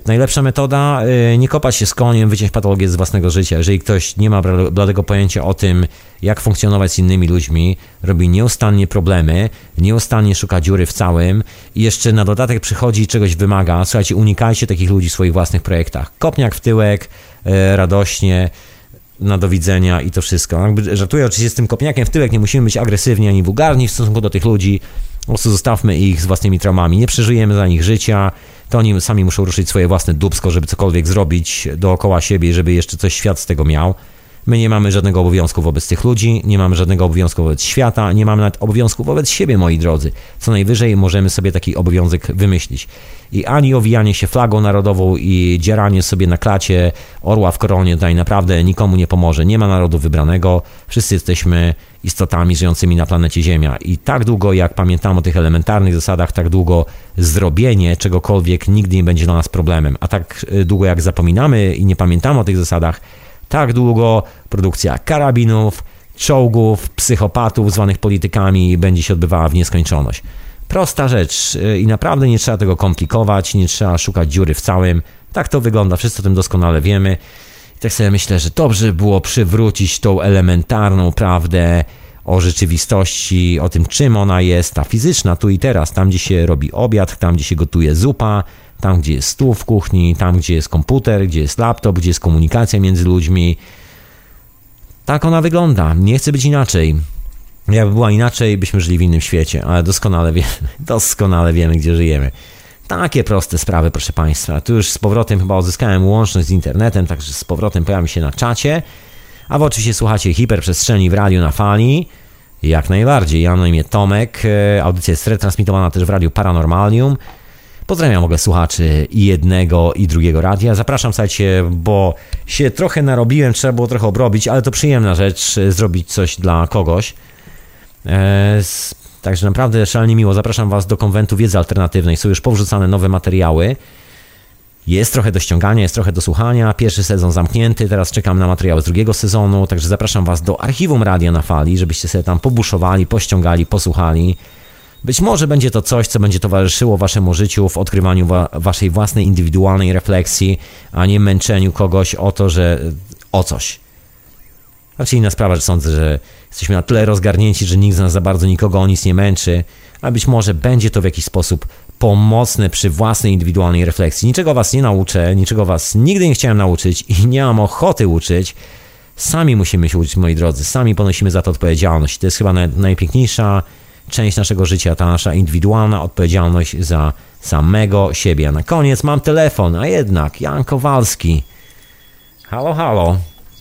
Najlepsza metoda, nie kopać się z koniem, wyciąć patologię z własnego życia. Jeżeli ktoś nie ma bladego pojęcia o tym, jak funkcjonować z innymi ludźmi, robi nieustannie problemy, nieustannie szuka dziury w całym i jeszcze na dodatek przychodzi i czegoś wymaga. Słuchajcie, unikajcie takich ludzi w swoich własnych projektach. Kopniak w tyłek, radośnie, na do widzenia i to wszystko. Jakby żartuję oczywiście z tym kopniakiem w tyłek, nie musimy być agresywni ani wulgarni w stosunku do tych ludzi. Po prostu zostawmy ich z własnymi traumami. Nie przeżyjemy za nich życia. To oni sami muszą ruszyć swoje własne dupsko, żeby cokolwiek zrobić dookoła siebie, żeby jeszcze coś świat z tego miał. My nie mamy żadnego obowiązku wobec tych ludzi, nie mamy żadnego obowiązku wobec świata, nie mamy nawet obowiązku wobec siebie, moi drodzy. Co najwyżej możemy sobie taki obowiązek wymyślić. I ani owijanie się flagą narodową i dzieranie sobie na klacie orła w koronie tutaj naprawdę nikomu nie pomoże. Nie ma narodu wybranego, wszyscy jesteśmy istotami żyjącymi na planecie Ziemia. I tak długo jak pamiętamy o tych elementarnych zasadach, tak długo zrobienie czegokolwiek nigdy nie będzie dla nas problemem. A tak długo jak zapominamy i nie pamiętamy o tych zasadach, tak długo produkcja karabinów, czołgów, psychopatów zwanych politykami będzie się odbywała w nieskończoność. Prosta rzecz i naprawdę nie trzeba tego komplikować, nie trzeba szukać dziury w całym. Tak to wygląda, wszyscy o tym doskonale wiemy. I tak sobie myślę, że dobrze by było przywrócić tą elementarną prawdę o rzeczywistości, o tym, czym ona jest, ta fizyczna, tu i teraz, tam gdzie się robi obiad, tam gdzie się gotuje zupa, tam gdzie jest stół w kuchni, tam gdzie jest komputer, gdzie jest laptop, gdzie jest komunikacja między ludźmi. Tak ona wygląda, nie chce być inaczej. Jakby była inaczej, byśmy żyli w innym świecie, ale doskonale wiemy, doskonale wiemy, gdzie żyjemy. Takie proste sprawy, proszę Państwa. Tu już z powrotem chyba uzyskałem łączność z internetem, także z powrotem pojawiam się na czacie. A wy oczywiście słuchacie hiperprzestrzeni w radiu na fali. Jak najbardziej. Ja mam na imię Tomek. Audycja jest retransmitowana też w radiu Paranormalium. Pozdrawiam w ogóle słuchaczy i jednego, i drugiego radia. Zapraszam, słuchajcie, bo się trochę narobiłem, trzeba było trochę obrobić, ale to przyjemna rzecz, zrobić coś dla kogoś. Eee, także naprawdę szalenie miło. Zapraszam Was do konwentu wiedzy alternatywnej. Są już powrzucane nowe materiały. Jest trochę do ściągania, jest trochę do słuchania. Pierwszy sezon zamknięty, teraz czekam na materiały z drugiego sezonu, także zapraszam Was do archiwum Radia na Fali, żebyście sobie tam pobuszowali, pościągali, posłuchali. Być może będzie to coś, co będzie towarzyszyło Waszemu życiu w odkrywaniu wa- Waszej własnej indywidualnej refleksji, a nie męczeniu kogoś o to, że o coś. Raczej inna sprawa, że sądzę, że jesteśmy na tyle rozgarnięci, że nikt z nas za bardzo nikogo o nic nie męczy, a być może będzie to w jakiś sposób pomocne przy własnej indywidualnej refleksji. Niczego Was nie nauczę, niczego Was nigdy nie chciałem nauczyć i nie mam ochoty uczyć. Sami musimy się uczyć, moi drodzy, sami ponosimy za to odpowiedzialność. To jest chyba naj- najpiękniejsza część naszego życia, ta nasza indywidualna odpowiedzialność za samego siebie. A na koniec mam telefon, a jednak Jan Kowalski. Halo, halo.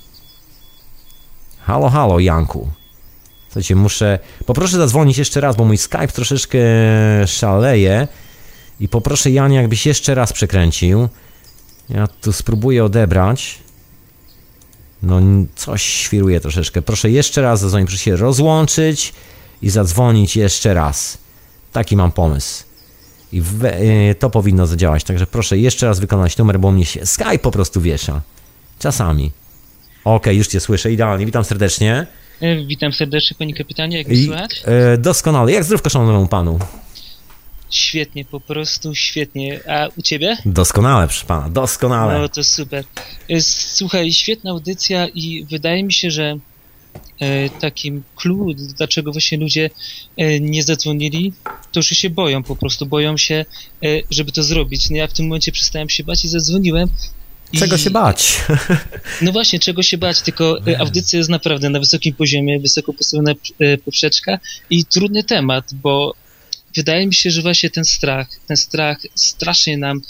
Halo, halo, Janku. Słuchajcie, muszę... Poproszę zadzwonić jeszcze raz, bo mój Skype troszeczkę szaleje. I poproszę Jania, jakbyś jeszcze raz przekręcił. Ja tu spróbuję odebrać. No, coś świruje troszeczkę. Proszę jeszcze raz zadzwonić, proszę się rozłączyć i zadzwonić jeszcze raz. Taki mam pomysł. I we, yy, to powinno zadziałać. Także proszę jeszcze raz wykonać numer, bo mnie się Skype po prostu wiesza. Czasami. Okej, okay, już Cię słyszę. Idealnie. Witam serdecznie. Witam serdecznie, panie kapitanie. Jak mi słychać? Yy, doskonale. Jak zdrówko szanowemu panu? Świetnie, po prostu świetnie. A u ciebie? Doskonale, proszę pana. Doskonale. No to super. Słuchaj, świetna audycja i wydaje mi się, że takim clue, dlaczego właśnie ludzie nie zadzwonili, to że się boją po prostu, boją się, żeby to zrobić. No ja w tym momencie przestałem się bać i zadzwoniłem. Czego I... się bać? No właśnie, czego się bać, tylko audycja jest naprawdę na wysokim poziomie, wysoko postawiona poprzeczka i trudny temat, bo wydaje mi się, że właśnie ten strach, ten strach strasznie nam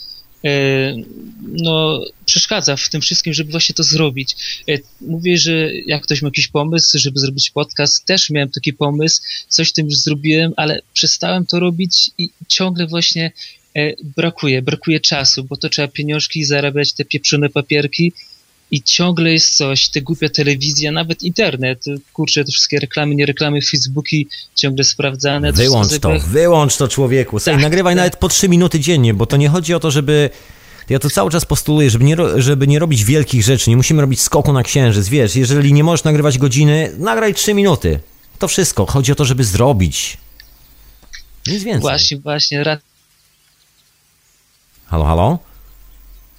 no, przeszkadza w tym wszystkim, żeby właśnie to zrobić. Mówię, że jak ktoś ma jakiś pomysł, żeby zrobić podcast, też miałem taki pomysł, coś w tym już zrobiłem, ale przestałem to robić i ciągle właśnie brakuje, brakuje czasu, bo to trzeba pieniążki zarabiać, te pieprzone papierki i ciągle jest coś, te głupia telewizja, nawet internet, kurczę, te wszystkie reklamy, nie reklamy, Facebooki ciągle sprawdzane. Wyłącz to, to wyłącz to, człowieku. Słuchaj, tak, nagrywaj tak. Nawet po trzy minuty dziennie, bo to nie chodzi o to, żeby... Ja to cały czas postuluję, żeby nie, żeby nie robić wielkich rzeczy, nie musimy robić skoku na księżyc, wiesz, jeżeli nie możesz nagrywać godziny, nagraj trzy minuty. To wszystko, chodzi o to, żeby zrobić. Nic więcej. Właśnie, właśnie. Halo, halo?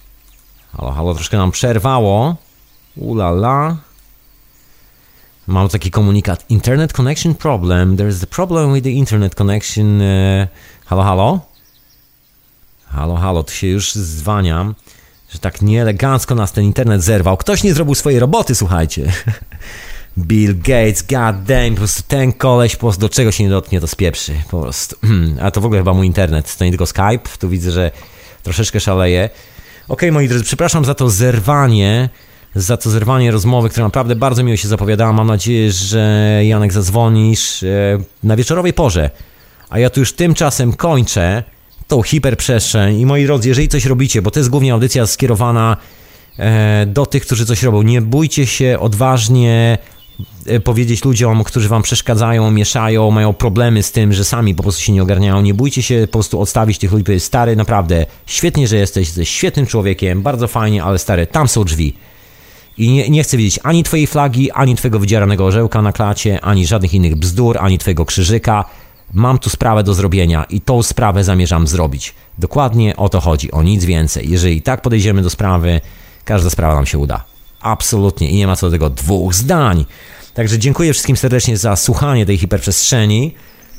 Halo, halo, troszkę nam przerwało. Ulala. Mam taki komunikat. Internet connection problem. There's a problem with the internet connection. Uh, halo, halo? Halo, halo, tu się już zwaniam, że tak nieelegancko nas ten internet zerwał. Ktoś nie zrobił swojej roboty, słuchajcie. Bill Gates, god damn, po prostu ten koleś, po prostu do czego się nie dotknie, to spieprzy, po prostu. A to w ogóle chyba mój internet, to nie tylko Skype, tu widzę, że troszeczkę szaleje. Okej, moi drodzy, przepraszam za to zerwanie, za to zerwanie rozmowy, która naprawdę bardzo miło się zapowiadała. Mam nadzieję, że Janek zadzwonisz na wieczorowej porze. A ja tu już tymczasem kończę tą hiperprzestrzeń i moi drodzy, jeżeli coś robicie, bo to jest głównie audycja skierowana e, do tych, którzy coś robią, nie bójcie się odważnie e, powiedzieć ludziom, którzy wam przeszkadzają, mieszają, mają problemy z tym, że sami po prostu się nie ogarniają, nie bójcie się po prostu odstawić tych ludzi, powiedzieć: stary, naprawdę, świetnie, że jesteś, jesteś świetnym człowiekiem, bardzo fajnie, ale stary, tam są drzwi. I nie, nie chcę widzieć ani twojej flagi, ani twojego wydzieranego orzełka na klacie, ani żadnych innych bzdur, ani twojego krzyżyka. Mam tu sprawę do zrobienia i tą sprawę zamierzam zrobić. Dokładnie o to chodzi, o nic więcej. Jeżeli tak podejdziemy do sprawy, każda sprawa nam się uda. Absolutnie i nie ma co do tego dwóch zdań. Także dziękuję wszystkim serdecznie za słuchanie tej hiperprzestrzeni.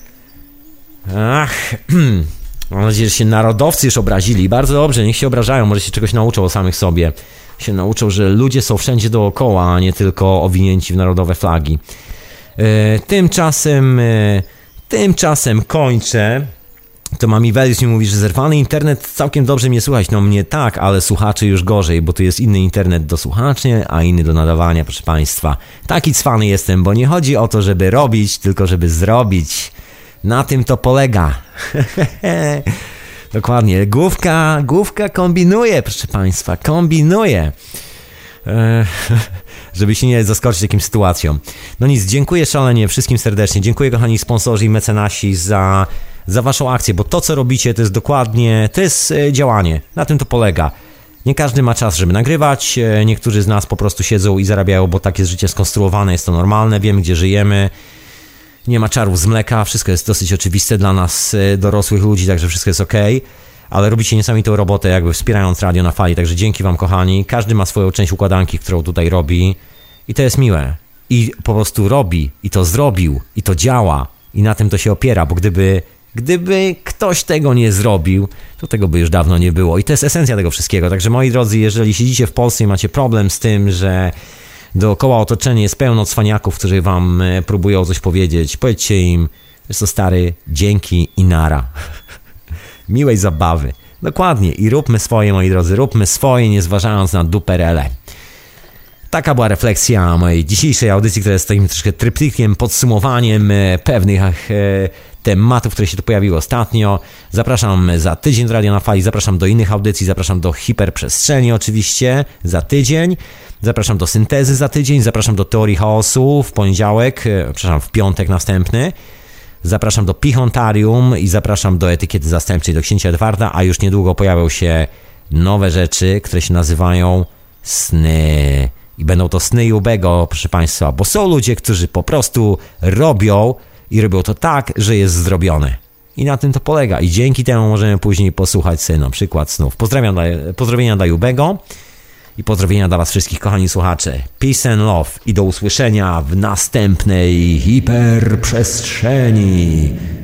Ach, mam nadzieję, że się narodowcy już obrazili. Bardzo dobrze, niech się obrażają, może się czegoś nauczą o samych sobie. Się nauczą, że ludzie są wszędzie dookoła, a nie tylko owinięci w narodowe flagi. Yy, tymczasem... Yy, Tymczasem kończę. To Mamiwelius mi mówi, że zerwany internet całkiem dobrze mnie słychać. No mnie tak, ale słuchaczy już gorzej, bo tu jest inny internet do słuchaczy, a inny do nadawania, proszę Państwa. Taki cwany jestem, bo nie chodzi o to, żeby robić, tylko żeby zrobić. Na tym to polega. Dokładnie. Główka, główka kombinuje, proszę Państwa, kombinuje. Eee, żeby się nie zaskoczyć takim sytuacją. No nic, dziękuję szalenie wszystkim serdecznie. Dziękuję, kochani sponsorzy i mecenasi, za, za waszą akcję, bo to, co robicie, to jest dokładnie, to jest e, działanie. Na tym to polega. Nie każdy ma czas, żeby nagrywać. E, niektórzy z nas po prostu siedzą i zarabiają, bo tak jest życie skonstruowane, jest to normalne, wiemy, gdzie żyjemy. Nie ma czarów z mleka, wszystko jest dosyć oczywiste dla nas, e, dorosłych ludzi, także wszystko jest okej. Ale robicie niesamowitą robotę, jakby wspierając Radio na Fali, także dzięki wam, kochani. Każdy ma swoją część układanki, którą tutaj robi i to jest miłe. I po prostu robi, i to zrobił, i to działa, i na tym to się opiera, bo gdyby, gdyby ktoś tego nie zrobił, to tego by już dawno nie było i to jest esencja tego wszystkiego. Także moi drodzy, jeżeli siedzicie w Polsce i macie problem z tym, że dookoła otoczenie jest pełno cwaniaków, którzy wam próbują coś powiedzieć, powiedzcie im: jest to stary, dzięki i nara. Miłej zabawy. Dokładnie. I róbmy swoje, moi drodzy. Róbmy swoje, nie zważając na duperele. Taka była refleksja mojej dzisiejszej audycji, która jest takim troszkę tryptykiem, podsumowaniem pewnych tematów, które się tu pojawiły ostatnio. Zapraszam za tydzień do Radia na Fali, zapraszam do innych audycji, zapraszam do hiperprzestrzeni oczywiście za tydzień, zapraszam do syntezy za tydzień, zapraszam do teorii chaosu w poniedziałek, przepraszam, w piątek następny. Zapraszam do Pichontarium i zapraszam do etykiety zastępczej do księcia Edwarda, a już niedługo pojawią się nowe rzeczy, które się nazywają sny. I będą to sny Jubego, proszę Państwa, bo są ludzie, którzy po prostu robią i robią to tak, że jest zrobione. I na tym to polega. I dzięki temu możemy później posłuchać sobie na przykład snów. Pozdrawiam dla, pozdrowienia dla Jubego i pozdrowienia dla was wszystkich, kochani słuchacze. Peace and love i do usłyszenia w następnej hiperprzestrzeni.